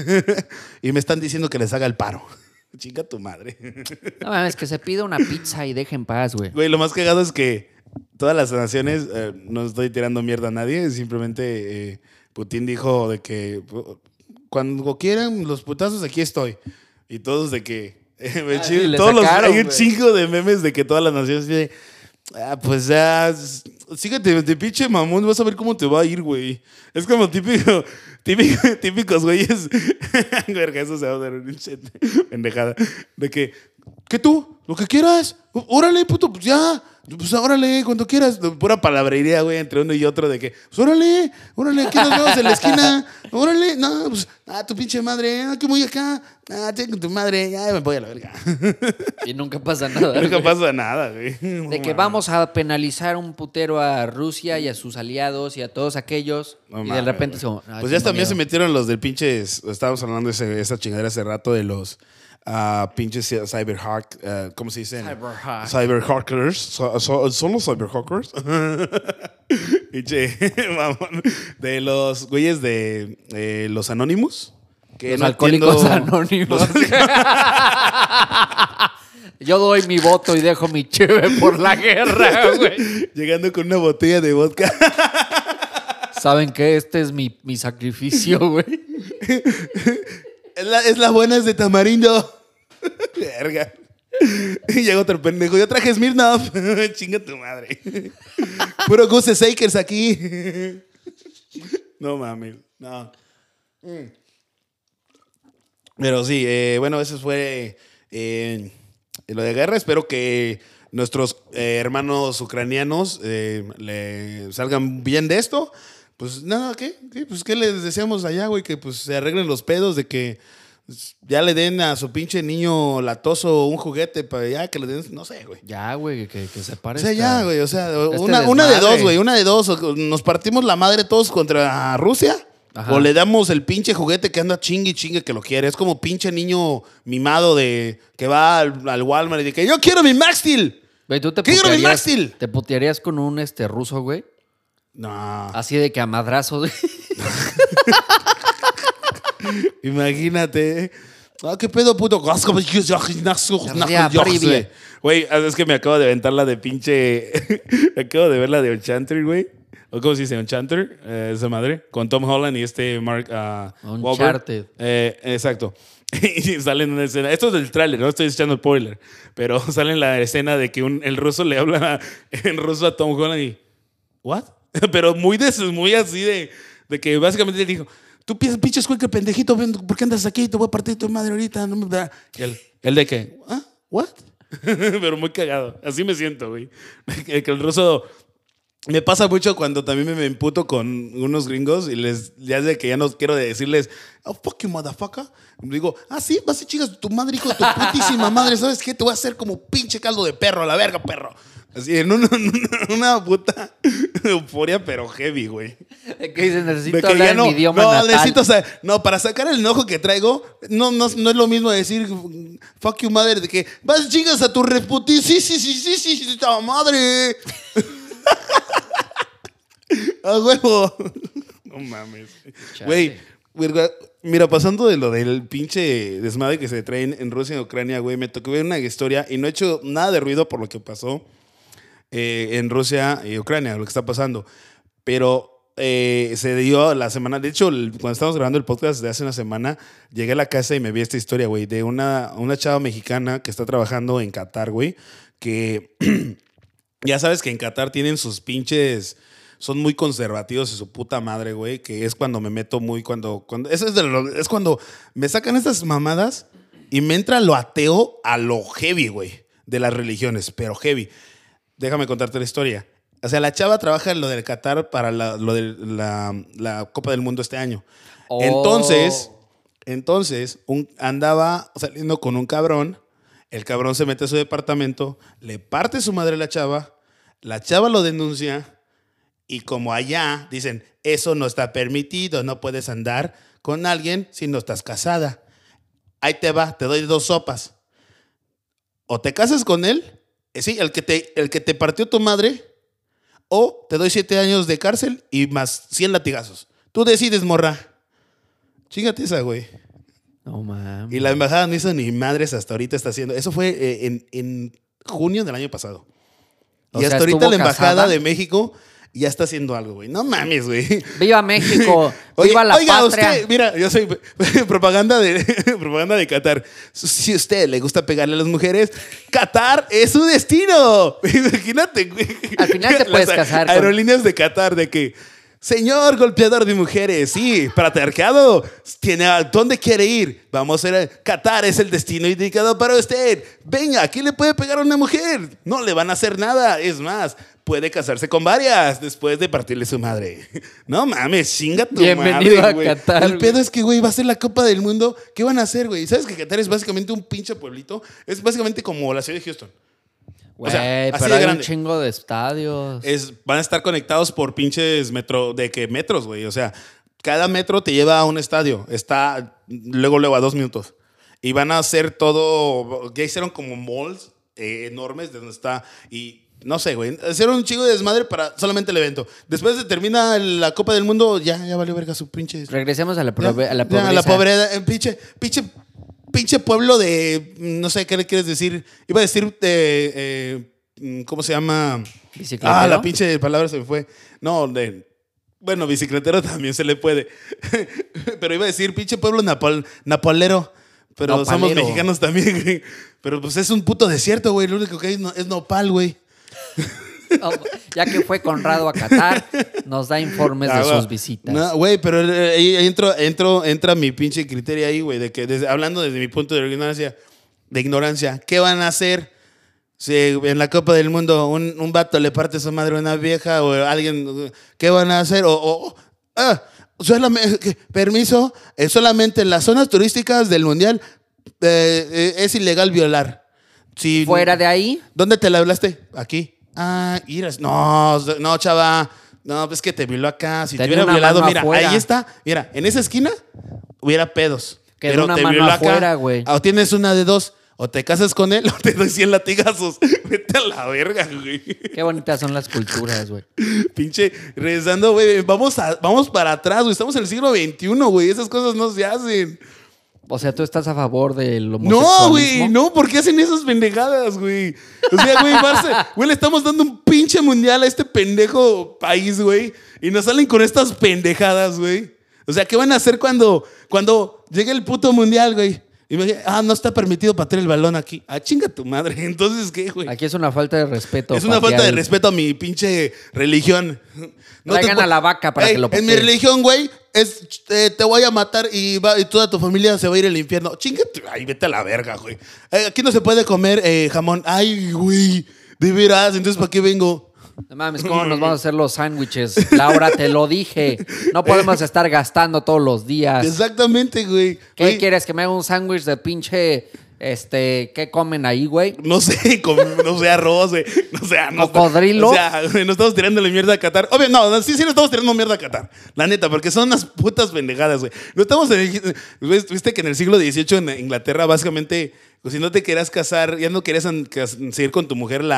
Speaker 1: Y me están diciendo que les haga el paro. Chinga tu madre.
Speaker 3: No mames, que se pida una pizza y deje en paz, güey.
Speaker 1: Güey, lo más cagado es que todas las naciones, eh, no estoy tirando mierda a nadie, simplemente eh, Putin dijo de que pu- cuando quieran los putazos aquí estoy. Y todos de que... eh, me
Speaker 2: Ah,
Speaker 1: chi-
Speaker 2: sí, le
Speaker 1: todos los,
Speaker 2: sacaron,
Speaker 1: hay un
Speaker 2: güey.
Speaker 1: chingo de memes de que todas las naciones dicen, ah, pues ya, s- síguete de pinche mamón, vas a ver cómo te va a ir, güey. Es como típico, típico típicos güeyes. Verga, eso se va a dar un chet pendejada. De que, ¿qué tú? Lo que quieras. Órale, puto, pues ya. Pues órale, cuando quieras. Pura palabrería, güey, entre uno y otro de que, pues órale, órale, aquí nos vemos en la esquina. Órale, no, pues, ah, tu pinche madre, ah, que voy acá. Ah, tengo tu madre, ya me voy a la verga.
Speaker 2: Y nunca pasa nada.
Speaker 1: Nunca
Speaker 2: güey.
Speaker 1: pasa nada, güey. No
Speaker 3: De que
Speaker 1: mames.
Speaker 3: vamos a penalizar un putero a Rusia y a sus aliados y a todos aquellos.
Speaker 1: No
Speaker 3: y
Speaker 1: mames,
Speaker 3: de repente
Speaker 1: güey.
Speaker 3: es como, ay,
Speaker 1: Pues ya
Speaker 3: tengo
Speaker 1: también se
Speaker 3: miedo.
Speaker 1: metieron los del pinches. Estábamos hablando de ese- esa chingadera hace rato de los ah, pinches cyberhack. ah, ¿Cómo se dice?
Speaker 3: Cyberhack.
Speaker 1: Cyberhackers. So- so- ¿Son los cyberhackers? Pinche, mamón. De los güeyes de eh, los Anonymous. Que
Speaker 2: Los
Speaker 1: no
Speaker 2: alcohólicos
Speaker 1: entiendo-
Speaker 2: anónimos. Yo doy mi voto y dejo mi cheve por la guerra, güey.
Speaker 1: Llegando con una botella de vodka.
Speaker 2: ¿Saben qué? Este es mi, mi sacrificio, güey.
Speaker 1: Es la, es la buena, es de tamarindo. Verga. Y llega otro pendejo. Yo traje Smirnoff. Chinga tu madre. Puro Goose Shakers aquí. No mames. No. Mm. Pero sí, eh, bueno, eso fue eh, lo de guerra. Espero que nuestros eh, hermanos ucranianos eh, le salgan bien de esto. Pues nada, ¿qué? ¿Qué? Pues ¿qué les deseamos allá, güey? Que pues se arreglen los pedos de que pues, ya le den a su pinche niño latoso un juguete para ya que le den, no sé, güey.
Speaker 2: Ya, güey, que, que se
Speaker 1: O
Speaker 2: pare.
Speaker 1: sea,
Speaker 2: esta-
Speaker 1: ya, güey, o sea,
Speaker 2: este
Speaker 1: una, una de
Speaker 2: desmadre.
Speaker 1: dos, güey, una de dos. O nos partimos la madre todos contra Rusia.
Speaker 2: Ajá.
Speaker 1: O le damos el pinche juguete que anda chingue y chingue que lo quiere. Es como pinche niño mimado de que va al, al Walmart y dice que yo quiero mi Max Steel.
Speaker 2: Güey, ¿tú te
Speaker 1: ¿Qué quiero mi
Speaker 2: putearías,
Speaker 1: Max Steel?
Speaker 2: te putearías con un este ruso, güey?
Speaker 1: No,
Speaker 2: Así de que a madrazos, güey.
Speaker 1: imagínate. Ah, qué pedo, puto. Güey, es que me acabo de aventar la de pinche. Me acabo de ver la de Enchanter, güey. ¿O cómo se dice? Enchanter, eh, esa madre. Con Tom Holland y este Mark uh, Wahlberg.
Speaker 2: Uncharted.
Speaker 1: Eh, exacto. Y sale en una escena. Esto es del tráiler, no estoy echando spoiler. Pero sale en la escena de que un, el ruso le habla en ruso a Tom Holland y. ¿What? Pero muy, de, muy así de, de que básicamente le dijo. Tú piensas, pinche escuelca, pendejito, ven, ¿por qué andas aquí? Te voy a partir tu madre ahorita. No me da. Y él, él de que, ¿ah? ¿What? Pero muy cagado. Así me siento, güey. Que el ruso. Me pasa mucho cuando también me, me emputo con unos gringos y les. Ya de que ya no quiero decirles, oh, fuck you, motherfucker. Digo, ah, sí, vas a chingas tu madre, hijo de tu putísima madre. ¿Sabes qué? Te voy a hacer como pinche caldo de perro, a la verga, perro. Así, en una, una puta euforia, pero heavy, güey.
Speaker 2: Que dices, necesito
Speaker 1: De que
Speaker 2: hablar
Speaker 1: ya
Speaker 2: en
Speaker 1: no,
Speaker 2: mi idioma
Speaker 1: no,
Speaker 2: natal.
Speaker 1: necesito, o sea, no, para sacar el enojo que traigo, no, no, no es lo mismo decir fuck you, madre, de que vas chingas a tu reputi, sí, sí, sí, sí, sí, sí, esta madre. A huevo. No mames. Güey, verga, mira, pasando de lo del pinche desmadre que se traen en Rusia y Ucrania, güey, me tocó ver una historia y no he hecho nada de ruido por lo que pasó. eh, en Rusia y Ucrania, lo que está pasando. Pero eh, se dio la semana, de hecho, el, cuando estábamos grabando el podcast de hace una semana, llegué a la casa y me vi esta historia, güey, de una, una chava mexicana que está trabajando en Qatar, güey, que ya sabes que en Qatar tienen sus pinches... Son muy conservativos de su puta madre, güey, que es cuando me meto muy, cuando... cuando eso es, de lo, es cuando me sacan estas mamadas y me entra lo ateo a lo heavy, güey, de las religiones, pero heavy. Déjame contarte la historia. O sea, la chava trabaja en lo del Qatar para la, lo de la, la Copa del Mundo este año.
Speaker 2: Oh.
Speaker 1: Entonces, entonces un, andaba saliendo con un cabrón, el cabrón se mete a su departamento, le parte su madre a la chava, la chava lo denuncia y como allá dicen, eso no está permitido, no puedes andar con alguien si no estás casada. Ahí te va, te doy dos sopas. O te casas con él, sí, el que te, el que te partió tu madre, o te doy siete años de cárcel y más cien latigazos. Tú decides, morra. Chíngate esa, güey.
Speaker 2: No mames.
Speaker 1: Y la embajada no hizo ni madres hasta ahorita está haciendo. Eso fue eh, en, en junio del año pasado.
Speaker 2: O
Speaker 1: y
Speaker 2: sea,
Speaker 1: hasta ahorita la embajada
Speaker 2: casada.
Speaker 1: de México ya está haciendo algo, güey. No mames, güey.
Speaker 2: ¡Viva México!
Speaker 1: Oye,
Speaker 2: ¡Viva la
Speaker 1: oiga,
Speaker 2: patria!
Speaker 1: usted, mira, yo soy propaganda de, propaganda de Qatar. Si a usted le gusta pegarle a las mujeres, Qatar es su destino. Imagínate, güey.
Speaker 2: Al final te puedes
Speaker 1: Las
Speaker 2: casar con-
Speaker 1: aerolíneas de Qatar de que, señor golpeador de mujeres, sí, patriarcado, tiene a dónde quiere ir. Vamos a ir a Qatar, es el destino indicado para usted. Venga, aquí le puede pegar a una mujer. No le van a hacer nada. Es más, puede casarse con varias después de partirle su madre. No mames, chinga tu
Speaker 2: Bienvenido
Speaker 1: madre,
Speaker 2: a
Speaker 1: güey.
Speaker 2: Qatar,
Speaker 1: El pedo
Speaker 2: güey.
Speaker 1: es que, güey, va a ser la Copa del Mundo. ¿Qué van a hacer, güey? ¿Sabes que Qatar es básicamente un pinche pueblito? Es básicamente como la ciudad de Houston.
Speaker 2: Güey,
Speaker 1: O sea, así
Speaker 2: pero
Speaker 1: de
Speaker 2: hay un
Speaker 1: grande.
Speaker 2: chingo de estadios.
Speaker 1: Es, van a estar conectados por pinches metro, de que metros, güey. O sea, cada metro te lleva a un estadio. Está luego, luego a dos minutos. Y van a hacer todo. Ya hicieron como malls eh, enormes de donde está. Y no sé, güey. Hicieron un chingo de desmadre para solamente el evento. Después de termina la Copa del Mundo, ya, ya valió verga su pinche.
Speaker 2: Regresemos a la, probe-
Speaker 1: Ya,
Speaker 2: a la
Speaker 1: ya,
Speaker 2: pobreza.
Speaker 1: la pobreza. eh, Pinche, pinche, pinche pueblo de. No sé qué le quieres decir. Iba a decir. Eh, eh, ¿Cómo se llama?
Speaker 2: ¿Bicicletero?
Speaker 1: Ah, la pinche palabra se me fue. No, de. Bueno, bicicletero también se le puede. Pero iba a decir pinche pueblo napol, napolero. Pero
Speaker 2: Nopalero.
Speaker 1: somos mexicanos también, güey. Pero pues es un puto desierto, güey. Lo único que hay es, no- es nopal, güey.
Speaker 2: No, ya que fue Conrado a Qatar, nos da informes de
Speaker 1: Ah, güey.
Speaker 2: sus visitas.
Speaker 1: No, güey, pero eh, ahí ahí entro, entro, entra mi pinche criterio ahí, güey, de que desde, hablando desde mi punto de ignorancia, de ignorancia, ¿qué van a hacer si en la Copa del Mundo un, un vato le parte su madre a una vieja o alguien, ¿qué van a hacer? O, o- o- ah, solamente, que- permiso, eh, solamente en las zonas turísticas del mundial eh, eh, es ilegal violar. Si,
Speaker 2: Fuera de ahí,
Speaker 1: ¿Dónde te la hablaste? Aquí. Ah, iras. No, no, chava. No, pues que te violó acá. Si te
Speaker 2: Tenía
Speaker 1: hubiera
Speaker 2: una
Speaker 1: violado,
Speaker 2: mano
Speaker 1: mira,
Speaker 2: afuera.
Speaker 1: ahí está. Mira, en esa esquina hubiera pedos.
Speaker 2: Quedó
Speaker 1: pero
Speaker 2: una
Speaker 1: te
Speaker 2: mano
Speaker 1: violó
Speaker 2: afuera,
Speaker 1: acá.
Speaker 2: güey.
Speaker 1: O tienes una de dos. O te casas con él o te doy cien latigazos. Vete a la verga, güey.
Speaker 2: qué bonitas son las culturas, güey.
Speaker 1: Pinche, regresando, güey. Vamos, a, vamos para atrás, güey. Estamos en el siglo veintiuno, güey. Esas cosas no se hacen.
Speaker 2: O sea, ¿tú estás a favor del homosexualismo?
Speaker 1: No, güey, no, ¿por qué hacen esas pendejadas, güey? O sea, güey, Barça, güey, le estamos dando un pinche mundial a este pendejo país, güey, y nos salen con estas pendejadas, güey. O sea, ¿qué van a hacer cuando, cuando llegue el puto mundial, güey? Y me dije, ah, no está permitido patear el balón aquí. Ah, chinga tu madre. Entonces, ¿qué, güey?
Speaker 2: Aquí es una falta de respeto.
Speaker 1: Es una
Speaker 2: patear
Speaker 1: falta de
Speaker 2: el-
Speaker 1: respeto a mi pinche religión.
Speaker 2: Traigan
Speaker 1: pu-
Speaker 2: a la vaca para
Speaker 1: Ey,
Speaker 2: que lo
Speaker 1: En mi
Speaker 2: pateen.
Speaker 1: religión, güey, es eh, te voy a matar y, va- y toda tu familia se va a ir al infierno. Chinga, tu- ay, vete a la verga, güey. Eh, aquí no se puede comer eh, jamón. Ay, güey, de veras, entonces ¿para qué vengo?
Speaker 2: No mames, ¿cómo nos vamos a hacer los sándwiches? Laura, te lo dije. No podemos estar gastando todos los días.
Speaker 1: Exactamente, güey.
Speaker 2: ¿Qué
Speaker 1: Güey,
Speaker 2: quieres? ¿Que me haga un sándwich de pinche, este, qué comen ahí, güey?
Speaker 1: No sé, com- no sé, arroz, güey. No sé, no,
Speaker 2: ¿Cocodrilo?
Speaker 1: O sea, güey, no estamos tirándole mierda a Qatar. Obvio, no, no, sí, sí, no estamos tirando mierda a Qatar. La neta, porque son unas putas pendejadas, güey. No estamos en el- ¿ves? Viste que en el siglo dieciocho en Inglaterra, básicamente, pues, si no te querías casar, ya no querías an- cas- seguir con tu mujer la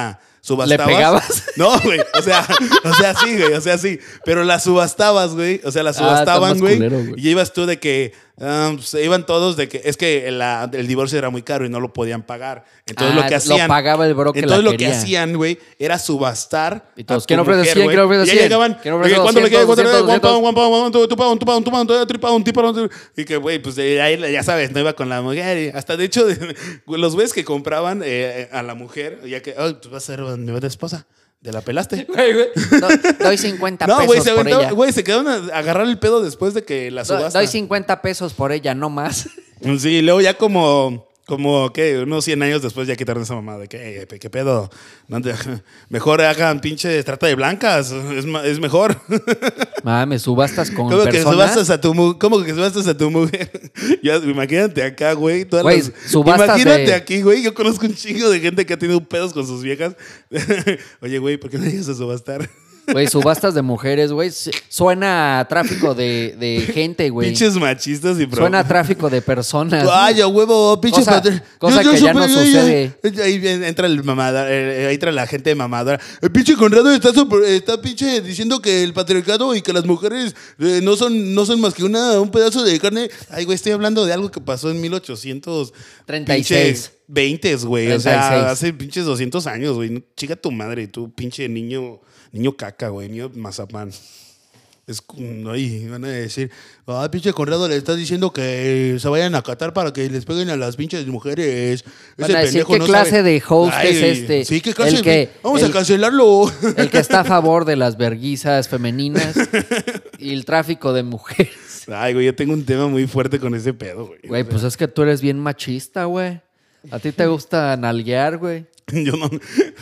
Speaker 1: subastabas.
Speaker 2: ¿Le pegabas?
Speaker 1: No, güey. O sea, o sea, sí, güey. O sea, sí. Pero las subastabas, güey. O sea, las
Speaker 2: Ah, está
Speaker 1: subastaban,
Speaker 2: más
Speaker 1: güey.
Speaker 2: culero, güey.
Speaker 1: Y ibas tú de que um, se iban todos de que es que la- el divorcio era muy caro y no lo podían pagar. Entonces
Speaker 2: Ah,
Speaker 1: lo que hacían.
Speaker 2: Lo pagaba el bro que
Speaker 1: Entonces
Speaker 2: la
Speaker 1: lo que
Speaker 2: quería.
Speaker 1: hacían, güey, era subastar.
Speaker 2: Y todos,
Speaker 1: a tu
Speaker 2: ¿quién ofrece
Speaker 1: mujer,
Speaker 2: cien?
Speaker 1: güey.
Speaker 2: ¿Quién ofrece
Speaker 1: Y ya
Speaker 2: cien?
Speaker 1: llegaban.
Speaker 2: ¿Quién ofrece
Speaker 1: de que, ¿cuánto le queda?
Speaker 2: doscientos,
Speaker 1: ¿Cuánto le queda?
Speaker 2: doscientos,
Speaker 1: One pound, one pound, one pound, two pound, two pound, two pound, three pound, two pound, two pound. Y que, güey, pues de ahí ya sabes, no iba con la mujer. Y hasta de hecho, los güeyes que compraban eh, a la mujer, ya que, oh, tú vas a ser mi nueva esposa. ¿Te la pelaste?
Speaker 2: Güey, güey.
Speaker 3: Do- doy cincuenta
Speaker 1: No,
Speaker 3: pesos
Speaker 1: güey, se
Speaker 3: por
Speaker 1: aventaron,
Speaker 3: ella.
Speaker 1: güey, se quedaron a agarrar el pedo después de que la
Speaker 3: Do-
Speaker 1: subasta.
Speaker 3: doy cincuenta pesos por ella, no más.
Speaker 1: Sí, luego ya como, como, ¿qué? Unos cien años después ya quitaron esa mamá de que, "Ey, ¿qué pedo? No te- mejor hagan pinche trata de blancas, es, ma- es mejor.
Speaker 2: Mames, subastas con
Speaker 1: ¿Cómo que
Speaker 2: personas.
Speaker 1: subastas a tu mu- ¿Cómo que subastas a tu mujer? Ya, imagínate acá, güey. todas
Speaker 2: Güey,
Speaker 1: las-
Speaker 2: subastas
Speaker 1: Imagínate
Speaker 2: de-
Speaker 1: aquí, güey. Yo conozco un chingo de gente que ha tenido pedos con sus viejas. Oye, güey, ¿por qué no llegas a subastar?
Speaker 2: Güey, subastas de mujeres, güey. s- Suena a tráfico de, de gente, güey.
Speaker 1: Pinches machistas y pro-
Speaker 2: Suena a tráfico de personas.
Speaker 1: Ay, a huevo, pinches
Speaker 2: Cosa-
Speaker 1: patri-
Speaker 2: cosa que ya no sucede.
Speaker 1: Ahí entra el mamador, eh, ahí entra la gente mamadora. El pinche Conrado está, super- está pinche diciendo que el patriarcado y que las mujeres eh, no son no son más que una, un pedazo de carne. Ay, güey, estoy hablando de algo que pasó en mil ochocientos
Speaker 2: treinta y seis.
Speaker 1: veinte, güey. O
Speaker 2: treinta y seis.
Speaker 1: sea, hace pinches doscientos años, güey. No, chica tu madre, tú pinche niño, niño caca, güey, niño mazapán. Es, ay, van a decir, ah, pinche Conrado le estás diciendo que se vayan a Qatar para que les peguen a las pinches mujeres.
Speaker 2: Van
Speaker 1: Ese
Speaker 2: a decir,
Speaker 1: pendejo
Speaker 2: ¿qué
Speaker 1: no
Speaker 2: clase
Speaker 1: sabe".
Speaker 2: de host
Speaker 1: Ay,
Speaker 2: es este?
Speaker 1: Sí, qué clase
Speaker 2: El que-
Speaker 1: Vamos
Speaker 2: el-
Speaker 1: a cancelarlo.
Speaker 2: El que está a favor de las verguizas femeninas y el tráfico de mujeres.
Speaker 1: Ay, güey, yo tengo un tema muy fuerte con ese pedo, güey.
Speaker 2: Güey, pues es que tú eres bien machista, güey. A ti te gusta nalguear, güey.
Speaker 1: Yo no.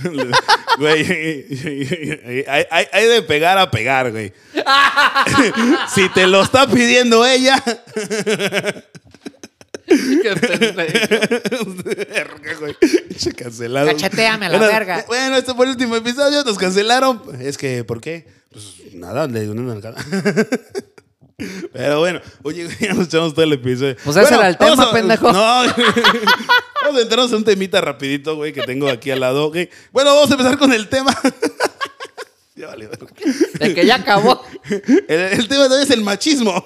Speaker 1: Güey, hay, hay- hay de pegar a pegar, güey. Si te lo está pidiendo ella.
Speaker 2: Qué pendejo.
Speaker 1: Verga, güey. Pinche cancelado.
Speaker 3: Cachetéame a la
Speaker 1: Bueno,
Speaker 3: verga.
Speaker 1: Bueno, este fue el último episodio. Nos cancelaron. Es que, ¿por qué? Pues nada, le di una nalgada. Pero bueno, oye, güey, ya nos echamos todo el episodio.
Speaker 2: Pues ese era el
Speaker 1: vamos
Speaker 2: tema, pendejo.
Speaker 1: No, vamos a entrarnos a un temita rapidito, güey, que tengo aquí al lado. Ok. Bueno, vamos a empezar con el tema. Ya vale, verga.
Speaker 2: De que ya acabó.
Speaker 1: El, el tema de hoy es el machismo.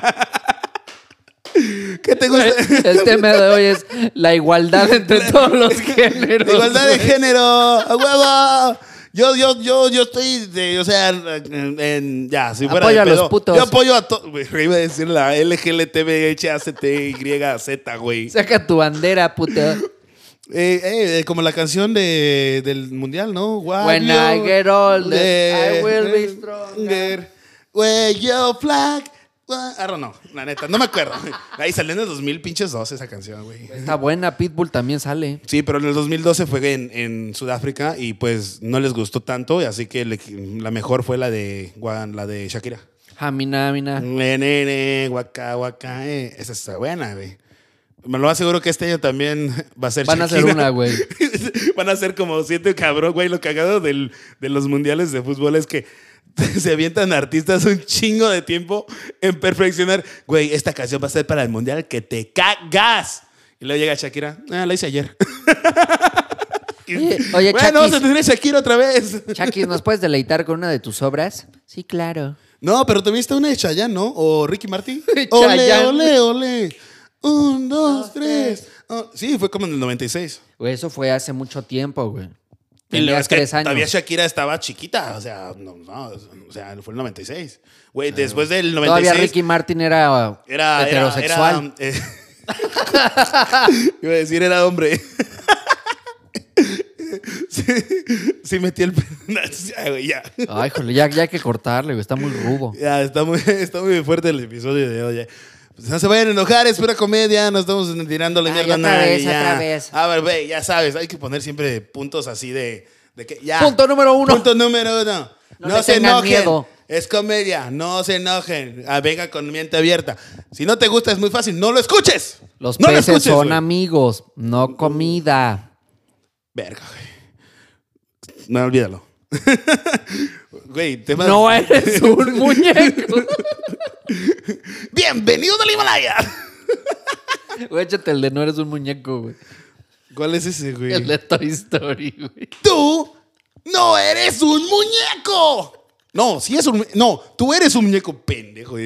Speaker 1: ¿Qué te gusta?
Speaker 2: El tema de hoy es la igualdad entre todos los géneros.
Speaker 1: Igualdad de
Speaker 2: güey.
Speaker 1: género, a huevo. Yo, yo, yo, yo estoy de, o sea, en, en- ya, si fuera
Speaker 2: Apoyo
Speaker 1: de
Speaker 2: a los
Speaker 1: pedo,
Speaker 2: putos.
Speaker 1: Yo apoyo a todos. Iba a decir la L G L T B H A C T Y Z, güey.
Speaker 2: Saca tu bandera, puta.
Speaker 1: Eh, eh, como la canción de, del mundial, ¿no? What
Speaker 2: When
Speaker 1: you-
Speaker 2: I get older,
Speaker 1: de-
Speaker 2: I will be stronger.
Speaker 1: Where your flag. I don't know, la neta, no me acuerdo. Ahí salió en el dos mil pinches dos esa canción, güey.
Speaker 2: Está buena, Pitbull también sale.
Speaker 1: Sí, pero en el dos mil doce fue en, en Sudáfrica y pues no les gustó tanto, así que le- la mejor fue la de, Gua- la de Shakira.
Speaker 2: Jamina, mina.
Speaker 1: Nene, guaca, guaca, eh. Esa está buena, güey. Me lo aseguro que este año también va a ser
Speaker 2: Van a hacer
Speaker 1: Shakira.
Speaker 2: una, güey.
Speaker 1: Van a ser como siete cabrón, güey. Lo cagado del, de los mundiales de fútbol es que se avientan artistas un chingo de tiempo en perfeccionar. Güey, esta canción va a ser para el mundial que te cagas. Y luego llega Shakira. Ah, la hice ayer.
Speaker 2: Oye, oye,
Speaker 1: bueno, vamos a
Speaker 2: Chakis.
Speaker 1: tener a Shakira otra vez.
Speaker 2: Chakis, ¿nos puedes deleitar con una de tus obras? Sí, claro.
Speaker 1: No, pero también está una de Chayanne, ¿no? O Ricky Martin. Ole,
Speaker 2: Chayanne.
Speaker 1: ole, ole. Un, dos, tres. Oh, sí, fue como en el noventa y seis.
Speaker 2: Güey, eso fue hace mucho tiempo, güey.
Speaker 1: Y luego
Speaker 2: Tenías
Speaker 1: es que
Speaker 2: tres años.
Speaker 1: todavía Shakira estaba chiquita, o sea, no, no, o sea, fue el noventa y seis. Güey, después del noventa y seis...
Speaker 2: Todavía Ricky Martin era,
Speaker 1: era, era-
Speaker 2: heterosexual.
Speaker 1: era, eh, iba a decir, era hombre. Sí, sí metí el... Ya, güey, ya.
Speaker 2: Ay, joder, ya, ya hay que cortarle, güey. Está muy rubo.
Speaker 1: Ya, está muy, está muy fuerte el episodio de hoy. ya. Pues no se vayan a enojar, es pura comedia, no estamos tirándole
Speaker 3: Ay,
Speaker 1: mierda a
Speaker 3: otra
Speaker 1: nadie.
Speaker 3: vez,
Speaker 1: ya.
Speaker 3: otra vez.
Speaker 1: A ver, güey, ya sabes, hay que poner siempre puntos así de, de que ya.
Speaker 2: Punto número uno.
Speaker 1: Punto número uno.
Speaker 3: No
Speaker 1: No,
Speaker 3: le
Speaker 1: se
Speaker 3: tengan
Speaker 1: enojen.
Speaker 3: miedo.
Speaker 1: Es comedia, no se enojen. Ah, venga con mente abierta. Si no te gusta, es muy fácil, no lo escuches.
Speaker 2: Los
Speaker 1: no lo
Speaker 2: peces
Speaker 1: escuches,
Speaker 2: son
Speaker 1: güey.
Speaker 2: amigos, no comida.
Speaker 1: Verga, güey. No, olvídalo. Güey, temas...
Speaker 2: No eres un muñeco.
Speaker 1: ¡Bienvenido del Himalaya!
Speaker 2: Güey, échate el de no eres un muñeco, güey.
Speaker 1: ¿Cuál es ese, güey?
Speaker 2: El de Toy Story, güey.
Speaker 1: Tú ¡No eres un muñeco! No, si es un... No, tú eres un muñeco pendejo.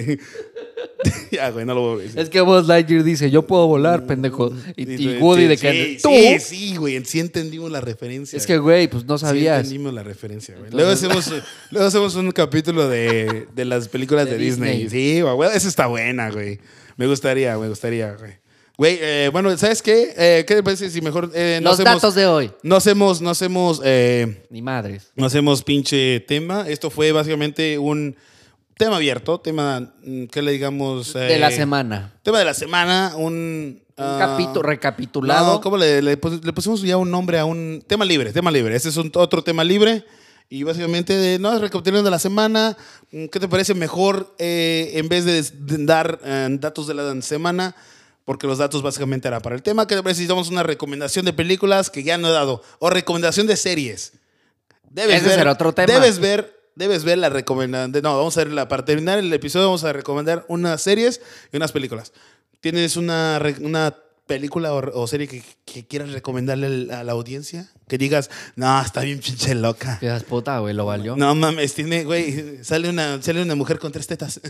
Speaker 1: Ya, güey, no lo voy a decir.
Speaker 2: Es que Buzz Lightyear dice, yo puedo volar, pendejo. Y, y Woody de que...
Speaker 1: Sí,
Speaker 2: ¿Tú?
Speaker 1: sí, sí, güey. Sí entendimos la referencia.
Speaker 2: Es que, güey, pues no
Speaker 1: Sí
Speaker 2: sabías.
Speaker 1: entendimos la referencia, güey.
Speaker 2: Entonces-
Speaker 1: Luego, hacemos, luego hacemos un capítulo de, de las películas de,
Speaker 2: De
Speaker 1: Disney.
Speaker 2: Disney.
Speaker 1: Sí, güey, esa está buena, güey. Me gustaría, me gustaría, güey. Güey, eh, bueno, ¿sabes qué? Eh, ¿Qué te parece si mejor eh, no
Speaker 2: Los
Speaker 1: hacemos...
Speaker 2: datos de hoy.
Speaker 1: No hacemos, no hacemos, eh,
Speaker 2: Ni madres.
Speaker 1: no hacemos pinche tema. Esto fue básicamente un tema abierto, tema, mm, ¿qué le digamos?
Speaker 2: De
Speaker 1: Eh,
Speaker 2: la semana.
Speaker 1: Tema de la semana, un...
Speaker 2: Un
Speaker 1: ah,
Speaker 2: capítulo recapitulado.
Speaker 1: No, ¿cómo le, le pus- le pusimos ya un nombre a un tema libre? Tema libre. Este es un otro tema libre. Y básicamente, de, no, recapitulación de la semana. ¿Qué te parece mejor eh, en vez de, de dar eh, datos de la semana? Porque los datos básicamente eran para el tema. ¿Qué te parece si damos una recomendación de películas que ya no he dado? O recomendación de series. Debes
Speaker 2: Ese
Speaker 1: ver,
Speaker 2: será otro tema.
Speaker 1: Debes ver, debes ver la recomendación. No, vamos a ver, la, para terminar el episodio vamos a recomendar unas series y unas películas. ¿Tienes una, re- una película o, o serie que, que quieras recomendarle al- a la audiencia? Que digas, no, está bien pinche loca.
Speaker 2: Quedas puta, güey, lo valió.
Speaker 1: No mames, tiene, güey, sale una, sale una mujer con tres tetas.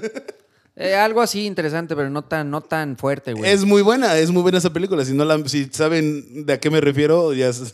Speaker 2: Eh, algo así interesante, pero no tan, no tan fuerte, güey.
Speaker 1: Es muy buena, es muy buena esa película. Si no la, si saben de a qué me refiero, ya es, es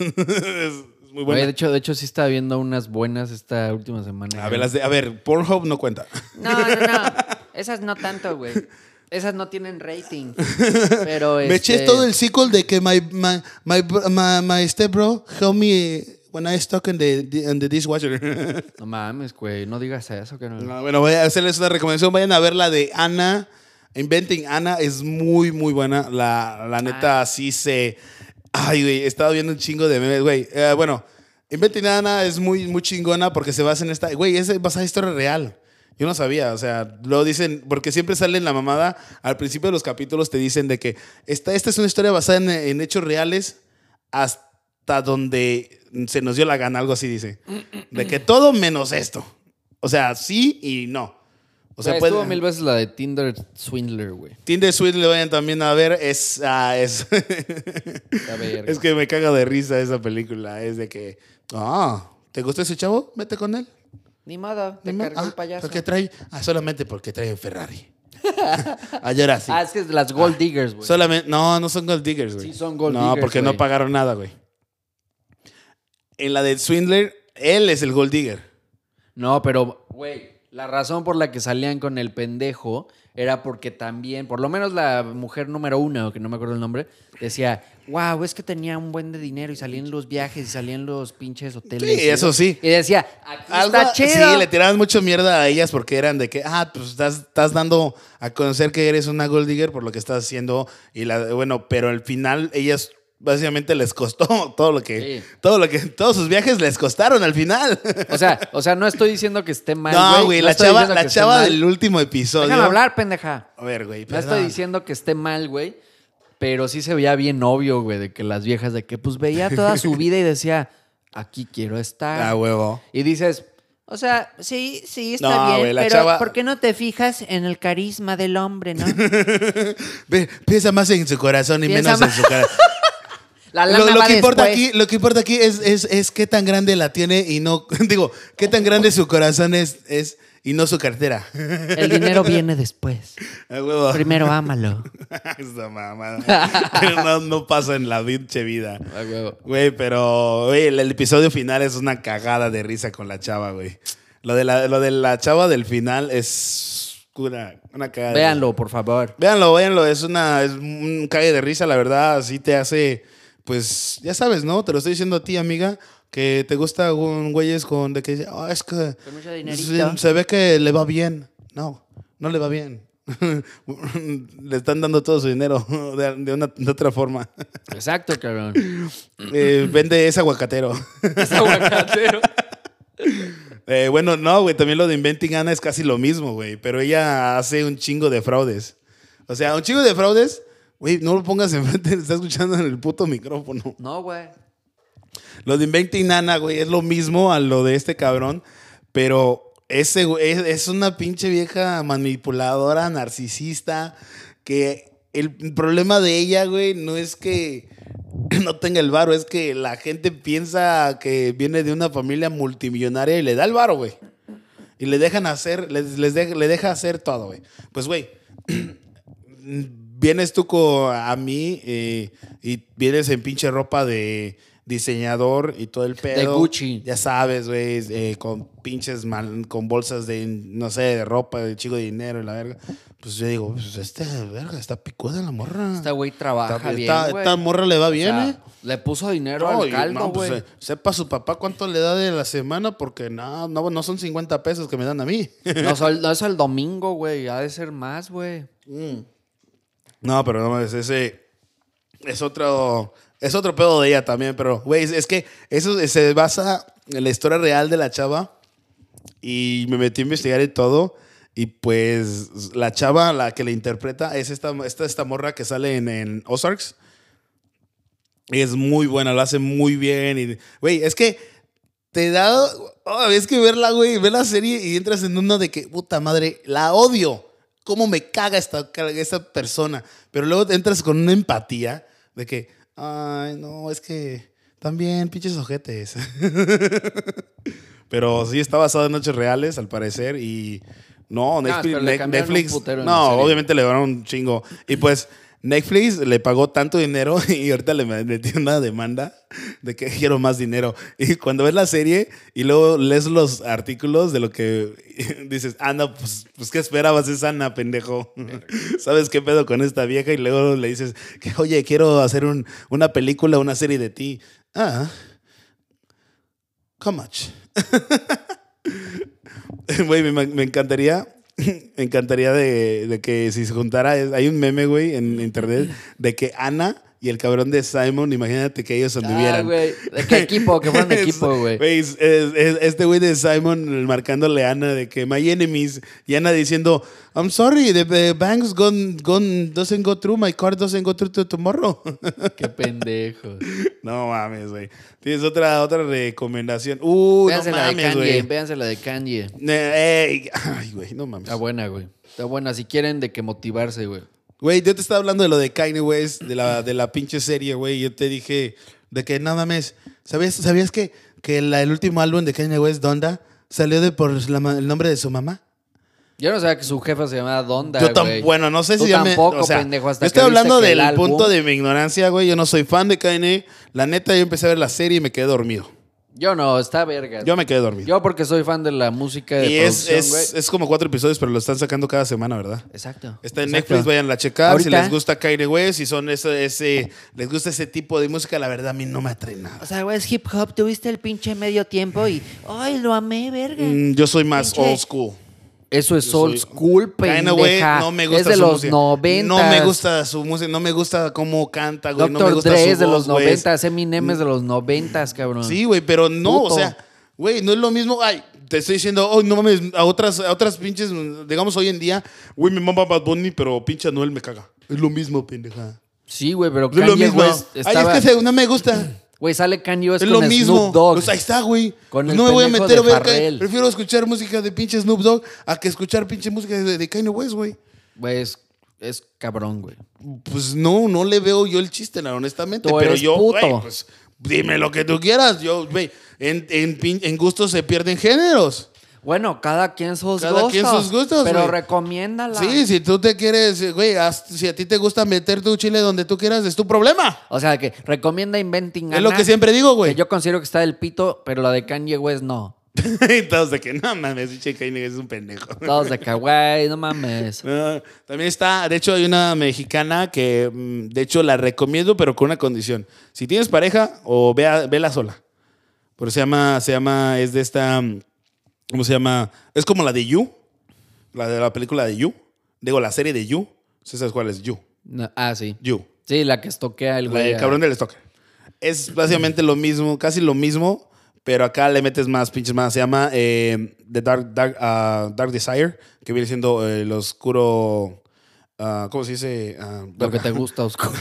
Speaker 1: muy
Speaker 2: Güey,
Speaker 1: buena.
Speaker 2: de hecho, de hecho, sí estaba viendo unas buenas esta última semana.
Speaker 1: A ver, las de, a ver, Pornhub no cuenta.
Speaker 3: No, no, no. Esas no tanto, güey. Esas no tienen rating. Pero
Speaker 1: Me eché
Speaker 3: este,
Speaker 1: todo el sequel de que my, my, my, bro- my, my stepbro help me when I stuck in the, in the dishwasher.
Speaker 2: No mames, güey, no digas eso. Que no...
Speaker 1: No, bueno, voy a hacerles una recomendación. Vayan a ver la de Anna. Inventing Anna es muy, muy buena. La, la neta, sí se... Ay, güey, he estado viendo un chingo de memes, güey. Eh, bueno, Inventing Anna es muy, muy chingona porque se basa en esta... Güey, es basada en historia real. Yo no sabía, o sea, lo dicen, porque siempre sale en la mamada, al principio de los capítulos te dicen de que esta, esta es una historia basada en, en hechos reales hasta donde se nos dio la gana, algo así dice. De que todo menos esto. O sea, sí y no. O sea,
Speaker 2: Güey,
Speaker 1: puede,
Speaker 2: estuvo mil veces la de Tinder Swindler, güey.
Speaker 1: Tinder Swindler le vayan también a ver, es, ah, es,
Speaker 2: La verga.
Speaker 1: es que me caga de risa esa película, es de que, ah, ¿te gusta ese chavo? Vete con él.
Speaker 3: Ni modo, te
Speaker 1: Dime,
Speaker 3: cargó
Speaker 1: ah,
Speaker 3: el payaso.
Speaker 1: ¿por qué trae? Ah, solamente porque trae un Ferrari. Ayer así.
Speaker 2: Ah, es que es de las Gold Diggers, güey.
Speaker 1: Solamente, no, no son Gold Diggers, güey.
Speaker 2: Sí son Gold
Speaker 1: no,
Speaker 2: Diggers,
Speaker 1: porque
Speaker 2: güey.
Speaker 1: no pagaron nada, güey. En la de Swindler, él es el Gold Digger.
Speaker 2: No, pero, güey, la razón por la que salían con el pendejo era porque también, por lo menos la mujer número uno, que no me acuerdo el nombre, decía, wow, es que tenía un buen de dinero y salían los viajes y salían los pinches hoteles.
Speaker 1: Sí, eso sí.
Speaker 2: Y decía, aquí
Speaker 1: Algo-
Speaker 2: está chido.
Speaker 1: Sí, le tiraban mucho mierda a ellas porque eran de que, ah, pues estás, estás dando a conocer que eres una Gold Digger por lo que estás haciendo. Y la, bueno, pero al final ellas básicamente les costó todo lo que,
Speaker 2: Sí.
Speaker 1: todo lo que, todos sus viajes les costaron al final.
Speaker 2: O sea, o sea, no estoy diciendo que esté mal,
Speaker 1: no, güey,
Speaker 2: no
Speaker 1: la
Speaker 2: estoy
Speaker 1: chava,
Speaker 2: diciendo
Speaker 1: la
Speaker 2: que esté
Speaker 1: chava
Speaker 2: mal.
Speaker 1: del último episodio.
Speaker 2: Déjame hablar, pendeja.
Speaker 1: A ver, güey,
Speaker 2: No
Speaker 1: perdón.
Speaker 2: estoy diciendo que esté mal, güey, pero sí se veía bien obvio, güey, de que las viejas, de que pues veía toda su vida y decía, aquí quiero estar.
Speaker 1: Ah, huevo.
Speaker 2: Y dices,
Speaker 3: O sea, sí, sí, está
Speaker 1: No,
Speaker 3: bien,
Speaker 1: güey, la
Speaker 3: pero
Speaker 1: chava-
Speaker 3: ¿por qué no te fijas en el carisma del hombre, no?
Speaker 1: Ve, piensa más en su corazón y
Speaker 3: Piensa
Speaker 1: menos
Speaker 3: más-
Speaker 1: en su cara.
Speaker 3: La
Speaker 1: Lo,
Speaker 3: lana
Speaker 1: lo
Speaker 3: va
Speaker 1: que importa
Speaker 3: después.
Speaker 1: aquí, lo que importa aquí es, es, es qué tan grande la tiene y no, digo, qué tan grande su corazón es, es y no su cartera.
Speaker 3: El dinero viene después.
Speaker 1: A huevo.
Speaker 3: Primero ámalo.
Speaker 1: Esa mamada. No, no pasa en la pinche vida.
Speaker 2: "Ah, huevo".
Speaker 1: Güey, pero güey, el, el episodio final es una cagada de risa con la chava, güey. Lo de la, lo de la chava del final es una, una cagada. de risa.
Speaker 2: Véanlo, por favor.
Speaker 1: Véanlo, véanlo, es una es un cague de risa, la verdad, así te hace, pues, ya sabes, ¿no? Te lo estoy diciendo a ti, amiga, que te gusta un güeyes con de que dice, "Ah, es que
Speaker 3: Con mucho dinerito.
Speaker 1: se, se ve que le va bien." No, no le va bien. Le están dando todo su dinero de, de una, de otra forma.
Speaker 2: Exacto, cabrón.
Speaker 1: Eh, vende ese aguacatero.
Speaker 2: Es aguacatero.
Speaker 1: Eh, bueno, no, güey, también lo de Inventing Anna es casi lo mismo, güey, pero ella hace un chingo de fraudes. O sea, un chingo de fraudes, güey, no lo pongas enfrente, está escuchando en el puto micrófono.
Speaker 2: No, güey.
Speaker 1: Lo de Inventing Anna, güey, es lo mismo a lo de este cabrón, pero ese güey es, es una pinche vieja manipuladora, narcisista, que el problema de ella, güey, no es que no tenga el varo, es que la gente piensa que viene de una familia multimillonaria y le da el varo, güey. Y le dejan hacer, les, les de, le deja hacer todo, güey. Pues, güey, vienes tú con, a mí eh, y vienes en pinche ropa de diseñador y todo el pedo.
Speaker 2: De Gucci.
Speaker 1: Ya sabes, güey, eh, con pinches, mal, con bolsas de, no sé, de ropa, de chico de dinero y la verga. Pues yo digo, pues esta verga, está picuda la morra.
Speaker 2: Esta güey trabaja
Speaker 1: Esta-
Speaker 2: bien,
Speaker 1: esta-
Speaker 2: güey.
Speaker 1: Esta morra le va
Speaker 2: O
Speaker 1: bien,
Speaker 2: sea,
Speaker 1: ¿eh?
Speaker 2: le puso dinero
Speaker 1: No,
Speaker 2: al
Speaker 1: y,
Speaker 2: caldo,
Speaker 1: no, pues,
Speaker 2: güey.
Speaker 1: eh, sepa su papá cuánto le da de la semana porque no, no, no son cincuenta pesos que me dan a mí.
Speaker 2: No, sol- no, eso el domingo, güey. Ha de ser más, güey.
Speaker 1: No, pero no, es ese es otro es otro pedo de ella también, pero güey, es, es que eso se basa en la historia real de la chava y me metí a investigar y todo y pues la chava, la que la interpreta es esta esta, esta morra que sale en, en Ozarks. Y es muy buena, lo hace muy bien y güey, es que te da oh, es que verla, güey, ver la serie y entras en uno de que puta madre, la odio. ¿Cómo me caga esta, esta persona? Pero luego entras con una empatía de que, ay, no, es que también pinches ojetes. Pero sí está basado en hechos reales, al parecer, y no, Netflix,
Speaker 2: pero le
Speaker 1: Ne-
Speaker 2: cambiaron un
Speaker 1: Netflix
Speaker 2: putero en la
Speaker 1: no,
Speaker 2: serie.
Speaker 1: obviamente le dieron un chingo. Y pues Netflix le pagó tanto dinero y ahorita le metió una demanda de que quiero más dinero. Y cuando ves la serie y luego lees los artículos de lo que dices, ah, no, pues, pues ¿qué esperabas? Es Ana, pendejo. ¿Sabes qué pedo con esta vieja? Y luego le dices, que, oye, quiero hacer un, una película, una serie de ti. Ah, how much? Güey, me, me encantaría... Me encantaría de, de que si se juntara, hay un meme, güey, en internet de que Ana y el cabrón de Simon, imagínate que ellos anduvieran.
Speaker 2: Ah, güey. ¿De qué equipo? Que fueron equipo, güey.
Speaker 1: Güey, es- es- es- este güey de Simon marcándole a Ana de que my enemies y Ana diciendo, I'm sorry, the, the bank's gone, gone, doesn't go through, my card doesn't go through to tomorrow.
Speaker 2: Qué pendejo.
Speaker 1: No mames, güey. Tienes otra, otra recomendación. Uh,
Speaker 2: Véanse
Speaker 1: no
Speaker 2: la de
Speaker 1: mames,
Speaker 2: Kanye.
Speaker 1: güey.
Speaker 2: Véanse la de Kanye.
Speaker 1: Eh, ey, ay, güey, no mames.
Speaker 2: Está buena, güey. Está buena. Si quieren de que motivarse, güey.
Speaker 1: Güey, yo te estaba hablando de lo de Kanye West, de la, de la pinche serie, güey. Yo te dije de que no mames. ¿Sabías, ¿sabías que, que la- el último álbum de Kanye West, Donda, salió de por la ma- el nombre de su mamá?
Speaker 2: Yo no sabía que su jefa se llamaba Donda,
Speaker 1: Yo tan,
Speaker 2: güey.
Speaker 1: bueno, no sé
Speaker 2: Tú
Speaker 1: si ya me-
Speaker 2: tampoco,
Speaker 1: o sea,
Speaker 2: pendejo, hasta
Speaker 1: yo estoy
Speaker 2: que viste
Speaker 1: hablando
Speaker 2: que el
Speaker 1: del
Speaker 2: álbum-
Speaker 1: punto de mi ignorancia, güey. Yo no soy fan de Kanye. La neta, yo empecé a ver la serie y me quedé dormido.
Speaker 2: Yo no, está verga.
Speaker 1: Yo me quedé dormido.
Speaker 2: Yo porque soy fan de la música de
Speaker 1: y es,
Speaker 2: producción,
Speaker 1: es,
Speaker 2: güey.
Speaker 1: es como cuatro episodios, pero lo están sacando cada semana, ¿verdad?
Speaker 2: Exacto.
Speaker 1: Está en
Speaker 2: exacto.
Speaker 1: Netflix, vayan a checar. Si
Speaker 2: Ahorita-
Speaker 1: les gusta Kanye West, si son ese, ese, les gusta ese tipo de música, la verdad a mí no me atrae nada.
Speaker 3: O sea, güey, es hip hop, tuviste el pinche medio tiempo y. ¡Ay, lo amé, verga!
Speaker 1: Mm, yo soy más
Speaker 3: Pinche-
Speaker 1: old school.
Speaker 2: Eso es
Speaker 1: Yo
Speaker 2: old
Speaker 1: soy-
Speaker 2: school,
Speaker 1: Kanye West
Speaker 2: pendeja.
Speaker 1: no me gusta
Speaker 2: es de
Speaker 1: su
Speaker 2: los
Speaker 1: música.
Speaker 2: noventas.
Speaker 1: No me gusta su música, no me gusta cómo canta, güey. No me
Speaker 2: Doctor
Speaker 1: gusta
Speaker 2: Dre
Speaker 1: su
Speaker 2: es de
Speaker 1: voz,
Speaker 2: los
Speaker 1: güey.
Speaker 2: noventas. Eminem es de los noventas, cabrón.
Speaker 1: Sí, güey, pero no,
Speaker 2: Puto.
Speaker 1: o sea, güey, no es lo mismo. Ay, te estoy diciendo, oh, no mames, a otras, a otras pinches, digamos hoy en día, güey, mi mamá Bad Bunny, pero pinche Anuel me caga. Es lo mismo, pendeja.
Speaker 2: Sí, güey, pero
Speaker 1: Es lo
Speaker 2: Kanye
Speaker 1: mismo.
Speaker 2: West
Speaker 1: Ay,
Speaker 2: estaba...
Speaker 1: es que se- no me gusta.
Speaker 2: Güey, sale Kanye West
Speaker 1: Es
Speaker 2: con
Speaker 1: lo mismo.
Speaker 2: Snoop Dogg.
Speaker 1: Pues ahí está, güey.
Speaker 2: Con
Speaker 1: Pues
Speaker 2: el
Speaker 1: no me voy a
Speaker 2: pendejo
Speaker 1: meter a
Speaker 2: de
Speaker 1: ver. Kanye-
Speaker 2: Farrell.
Speaker 1: Prefiero escuchar música de pinche Snoop Dogg a que escuchar pinche música de, de Kanye West, güey.
Speaker 2: Güey, es, es cabrón, güey.
Speaker 1: Pues no, no le veo yo el chiste, la, honestamente.
Speaker 2: Tú
Speaker 1: pero
Speaker 2: eres
Speaker 1: yo,
Speaker 2: puto.
Speaker 1: güey, pues dime lo que tú quieras. Yo, güey, en, en, pin- en gustos se pierden géneros.
Speaker 2: Bueno, cada quien sus
Speaker 1: Cada
Speaker 2: gustos.
Speaker 1: quien sus gustos,
Speaker 2: Pero
Speaker 1: güey.
Speaker 2: recomiéndala.
Speaker 1: Sí, si tú te quieres, güey, haz- si a ti te gusta meter tu chile donde tú quieras, es tu problema.
Speaker 2: O sea, que recomienda Inventing
Speaker 1: Es lo
Speaker 2: Anna,
Speaker 1: que siempre digo, güey.
Speaker 2: que yo considero que está del pito, pero la de Kanye West no.
Speaker 1: Y todos de que, no mames, pinche Kanye es un pendejo.
Speaker 2: Todos de que, güey, no mames.
Speaker 1: Ah, también está, de hecho, hay una mexicana que, mm, de hecho, la recomiendo, pero con una condición. Si tienes pareja, o vea, vela sola. Porque se llama, se llama, es de esta, mm, ¿cómo se llama? Es como la de You, la de la película de You. Digo, la serie de You. ¿Sí sabes cuál es? You.
Speaker 2: No, ah, sí.
Speaker 1: You.
Speaker 2: Sí, la que estoquea el
Speaker 1: La
Speaker 2: güey.
Speaker 1: del
Speaker 2: a-
Speaker 1: cabrón del stalker. Es básicamente lo mismo, casi lo mismo, pero acá le metes más pinches más. Se llama eh, The Dark, Dark, ah, Dark Desire, que viene siendo eh, el oscuro. ah, ¿Cómo se dice? Ah,
Speaker 2: Lo que te gusta, oscuro.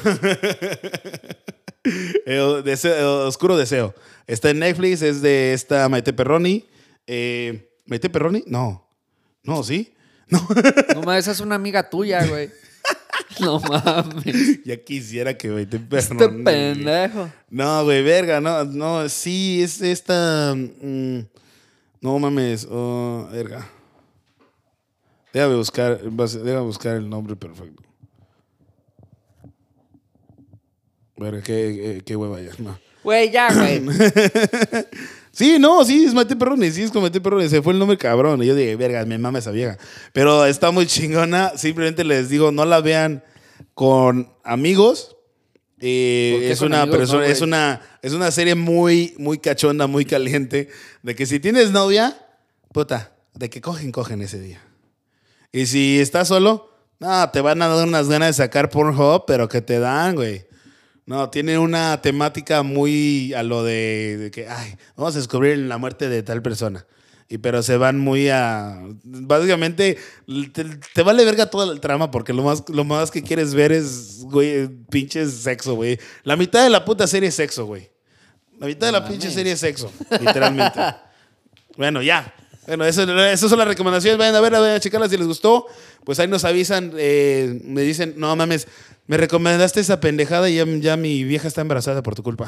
Speaker 1: el deseo- el oscuro deseo. Está en Netflix, es de esta Maite Perroni. Eh, ¿Maite Perroni? No. No, ¿sí? No.
Speaker 2: No mames, esa es una amiga tuya, güey. No mames.
Speaker 1: Ya quisiera que, güey, te perro.
Speaker 2: Este pendejo.
Speaker 1: No, güey, verga, no, no, sí, es esta. mm, no mames, oh, verga. Déjame buscar, déjame buscar el nombre perfecto. Verga, qué, qué, qué hueva ya, no.
Speaker 2: Güey, ya, güey.
Speaker 1: Sí, no, sí, es Maite Perrones, sí, es con Maite Perrones, se fue el nombre cabrón. Y yo dije, verga, me mama esa vieja. Pero está muy chingona, simplemente les digo, no la vean con amigos. Eh, es una
Speaker 2: amigos,
Speaker 1: persona,
Speaker 2: no,
Speaker 1: es una, es una serie muy, muy cachonda, muy caliente. De que si tienes novia, puta, de que cogen, cogen ese día. Y si estás solo, no, te van a dar unas ganas de sacar Pornhub, pero que te dan, güey. No, tiene una temática muy a lo de, de que, ay, vamos a descubrir la muerte de tal persona. Y pero se van muy a... Básicamente, te, te vale verga toda el trama porque lo más, lo más que quieres ver es, güey, pinches sexo, güey. La mitad de la puta serie es sexo, güey. La mitad de la pinche serie es sexo, literalmente. Bueno, ya. Bueno, eso, esas son las recomendaciones. Vayan a ver, vayan a checarlas si les gustó. Pues ahí nos avisan, eh, me dicen, no mames, me recomendaste esa pendejada y ya, ya mi vieja está embarazada por tu culpa.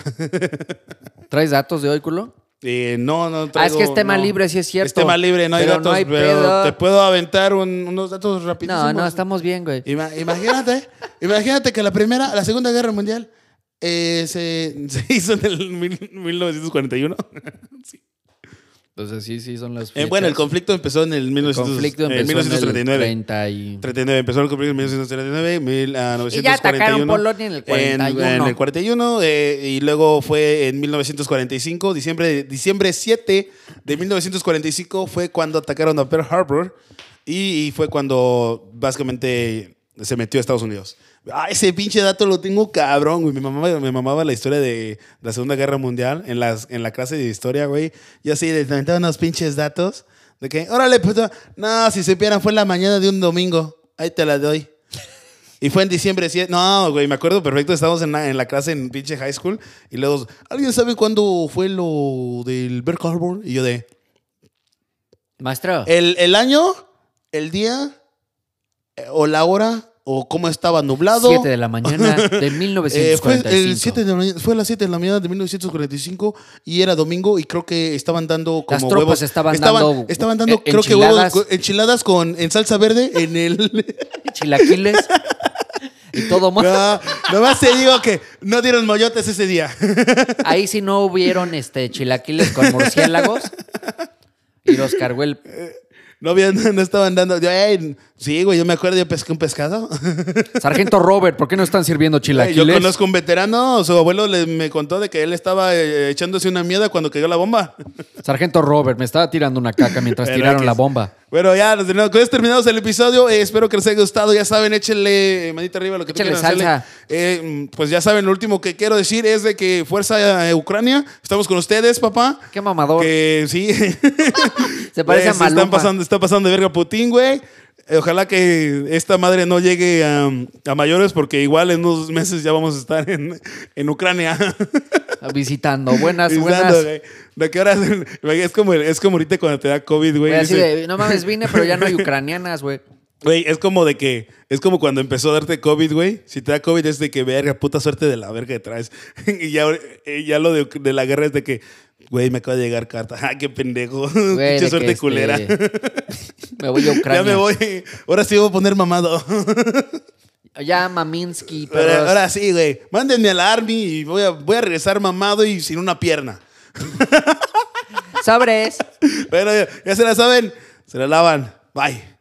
Speaker 2: ¿Traes datos de hoy, culo?
Speaker 1: Eh, no, no traigo,
Speaker 2: Ah, es que es tema
Speaker 1: no.
Speaker 2: libre, sí es cierto.
Speaker 1: Es tema libre, no hay
Speaker 2: pero
Speaker 1: datos,
Speaker 2: no hay
Speaker 1: pero
Speaker 2: pedo.
Speaker 1: te puedo aventar un- unos datos rapidísimos.
Speaker 2: No, no, estamos bien, güey.
Speaker 1: Ima- imagínate, imagínate que la primera, la Segunda Guerra Mundial eh, se, se hizo en el mil- mil novecientos cuarenta y uno. Sí.
Speaker 2: Entonces sí, sí son las
Speaker 1: Eh, bueno, el conflicto empezó en el, mil
Speaker 2: El
Speaker 1: novecientos,
Speaker 2: conflicto
Speaker 1: eh,
Speaker 2: empezó
Speaker 1: mil novecientos treinta y nueve.
Speaker 2: en el treinta y...
Speaker 1: treinta y nueve, empezó el conflicto en mil novecientos treinta y nueve, mil novecientos cuarenta y uno.
Speaker 2: Y ya atacaron Polonia en el cuarenta y uno.
Speaker 1: En, en el cuarenta y uno, eh, y luego fue en mil novecientos cuarenta y cinco, diciembre, diciembre siete de mil novecientos cuarenta y cinco fue cuando atacaron a Pearl Harbor y, y fue cuando básicamente se metió a Estados Unidos. Ah, ese pinche dato lo tengo cabrón, güey. Me mamaba, me mamaba la historia de la Segunda Guerra Mundial en, las, en la clase de historia, güey. Yo así, les aventaba unos pinches datos de que, órale, puto. No, si supieran, fue en la mañana de un domingo. Ahí te la doy. Y fue en diciembre siete. No, güey, me acuerdo perfecto. Estábamos en la, en la clase en pinche high school. Y luego, ¿alguien sabe cuándo fue lo del Pearl Harbor? Y yo de,
Speaker 2: Maestro.
Speaker 1: el, el año, el día, eh, o la hora, o cómo estaba nublado.
Speaker 2: siete de la mañana de mil novecientos cuarenta y cinco.
Speaker 1: Eh, fue, el siete de la mañana, fue a las siete de la mañana de mil novecientos cuarenta y cinco y era domingo y creo que estaban dando como
Speaker 2: Las tropas
Speaker 1: huevos.
Speaker 2: estaban dando
Speaker 1: estaban dando
Speaker 2: eh,
Speaker 1: creo que
Speaker 2: enchiladas.
Speaker 1: huevos, enchiladas con, en salsa verde en el...
Speaker 2: Chilaquiles. Y todo más.
Speaker 1: No, nomás te digo que no dieron moyotes ese día.
Speaker 2: Ahí sí no hubieron este, chilaquiles con murciélagos. Y los cargó el...
Speaker 1: No, habían, no estaban dando... Ay, sí, güey, yo me acuerdo, yo pesqué un pescado.
Speaker 2: Sargento Robert, ¿por qué no están sirviendo chilaquiles?
Speaker 1: Yo conozco un veterano, su abuelo le, me contó de que él estaba eh, echándose una mierda cuando cayó la bomba.
Speaker 2: Sargento Robert, me estaba tirando una caca mientras
Speaker 1: Pero
Speaker 2: tiraron
Speaker 1: X.
Speaker 2: la bomba.
Speaker 1: Bueno, ya, nos terminamos. Con esto terminamos el episodio. Eh, espero que les haya gustado. Ya saben, échenle manita arriba lo que tú
Speaker 2: Échale
Speaker 1: quieran hacerle.
Speaker 2: salsa.
Speaker 1: Eh, pues ya saben, lo último que quiero decir es de que fuerza eh, Ucrania. Estamos con ustedes, papá.
Speaker 2: Qué mamador.
Speaker 1: Que sí.
Speaker 2: Se parece
Speaker 1: Eh,
Speaker 2: a
Speaker 1: se
Speaker 2: Maluma.
Speaker 1: están pasando, está pasando de verga Putin, güey. Eh, Ojalá que esta madre no llegue a, a mayores porque igual en unos meses ya vamos a estar en, en Ucrania.
Speaker 2: Visitando. Buenas,
Speaker 1: Visitando,
Speaker 2: buenas.
Speaker 1: güey. De que ahora es como, es como ahorita cuando te da COVID, güey.
Speaker 2: Güey, así
Speaker 1: dice-
Speaker 2: de, no mames, vine, pero ya no hay ucranianas, güey.
Speaker 1: Güey, es como de que, es como cuando empezó a darte COVID, güey. Si te da COVID es de que, verga, puta suerte de la verga que traes. y ya, eh, ya lo de, de la guerra es de que, güey, me acaba de llegar carta. ¡Ah, qué pendejo!
Speaker 2: Güey,
Speaker 1: Pinche
Speaker 2: de
Speaker 1: suerte
Speaker 2: que, este,
Speaker 1: culera.
Speaker 2: Me voy a Ucrania.
Speaker 1: Ya me voy. Ahora sí voy a poner mamado.
Speaker 2: Ya Maminsky,
Speaker 1: Ahora,
Speaker 2: pero...
Speaker 1: ahora sí, güey. Mándenme al army y voy a, voy a regresar mamado y sin una pierna.
Speaker 2: Sobres.
Speaker 1: Pero ya, ya se la saben. Se la lavan. Bye.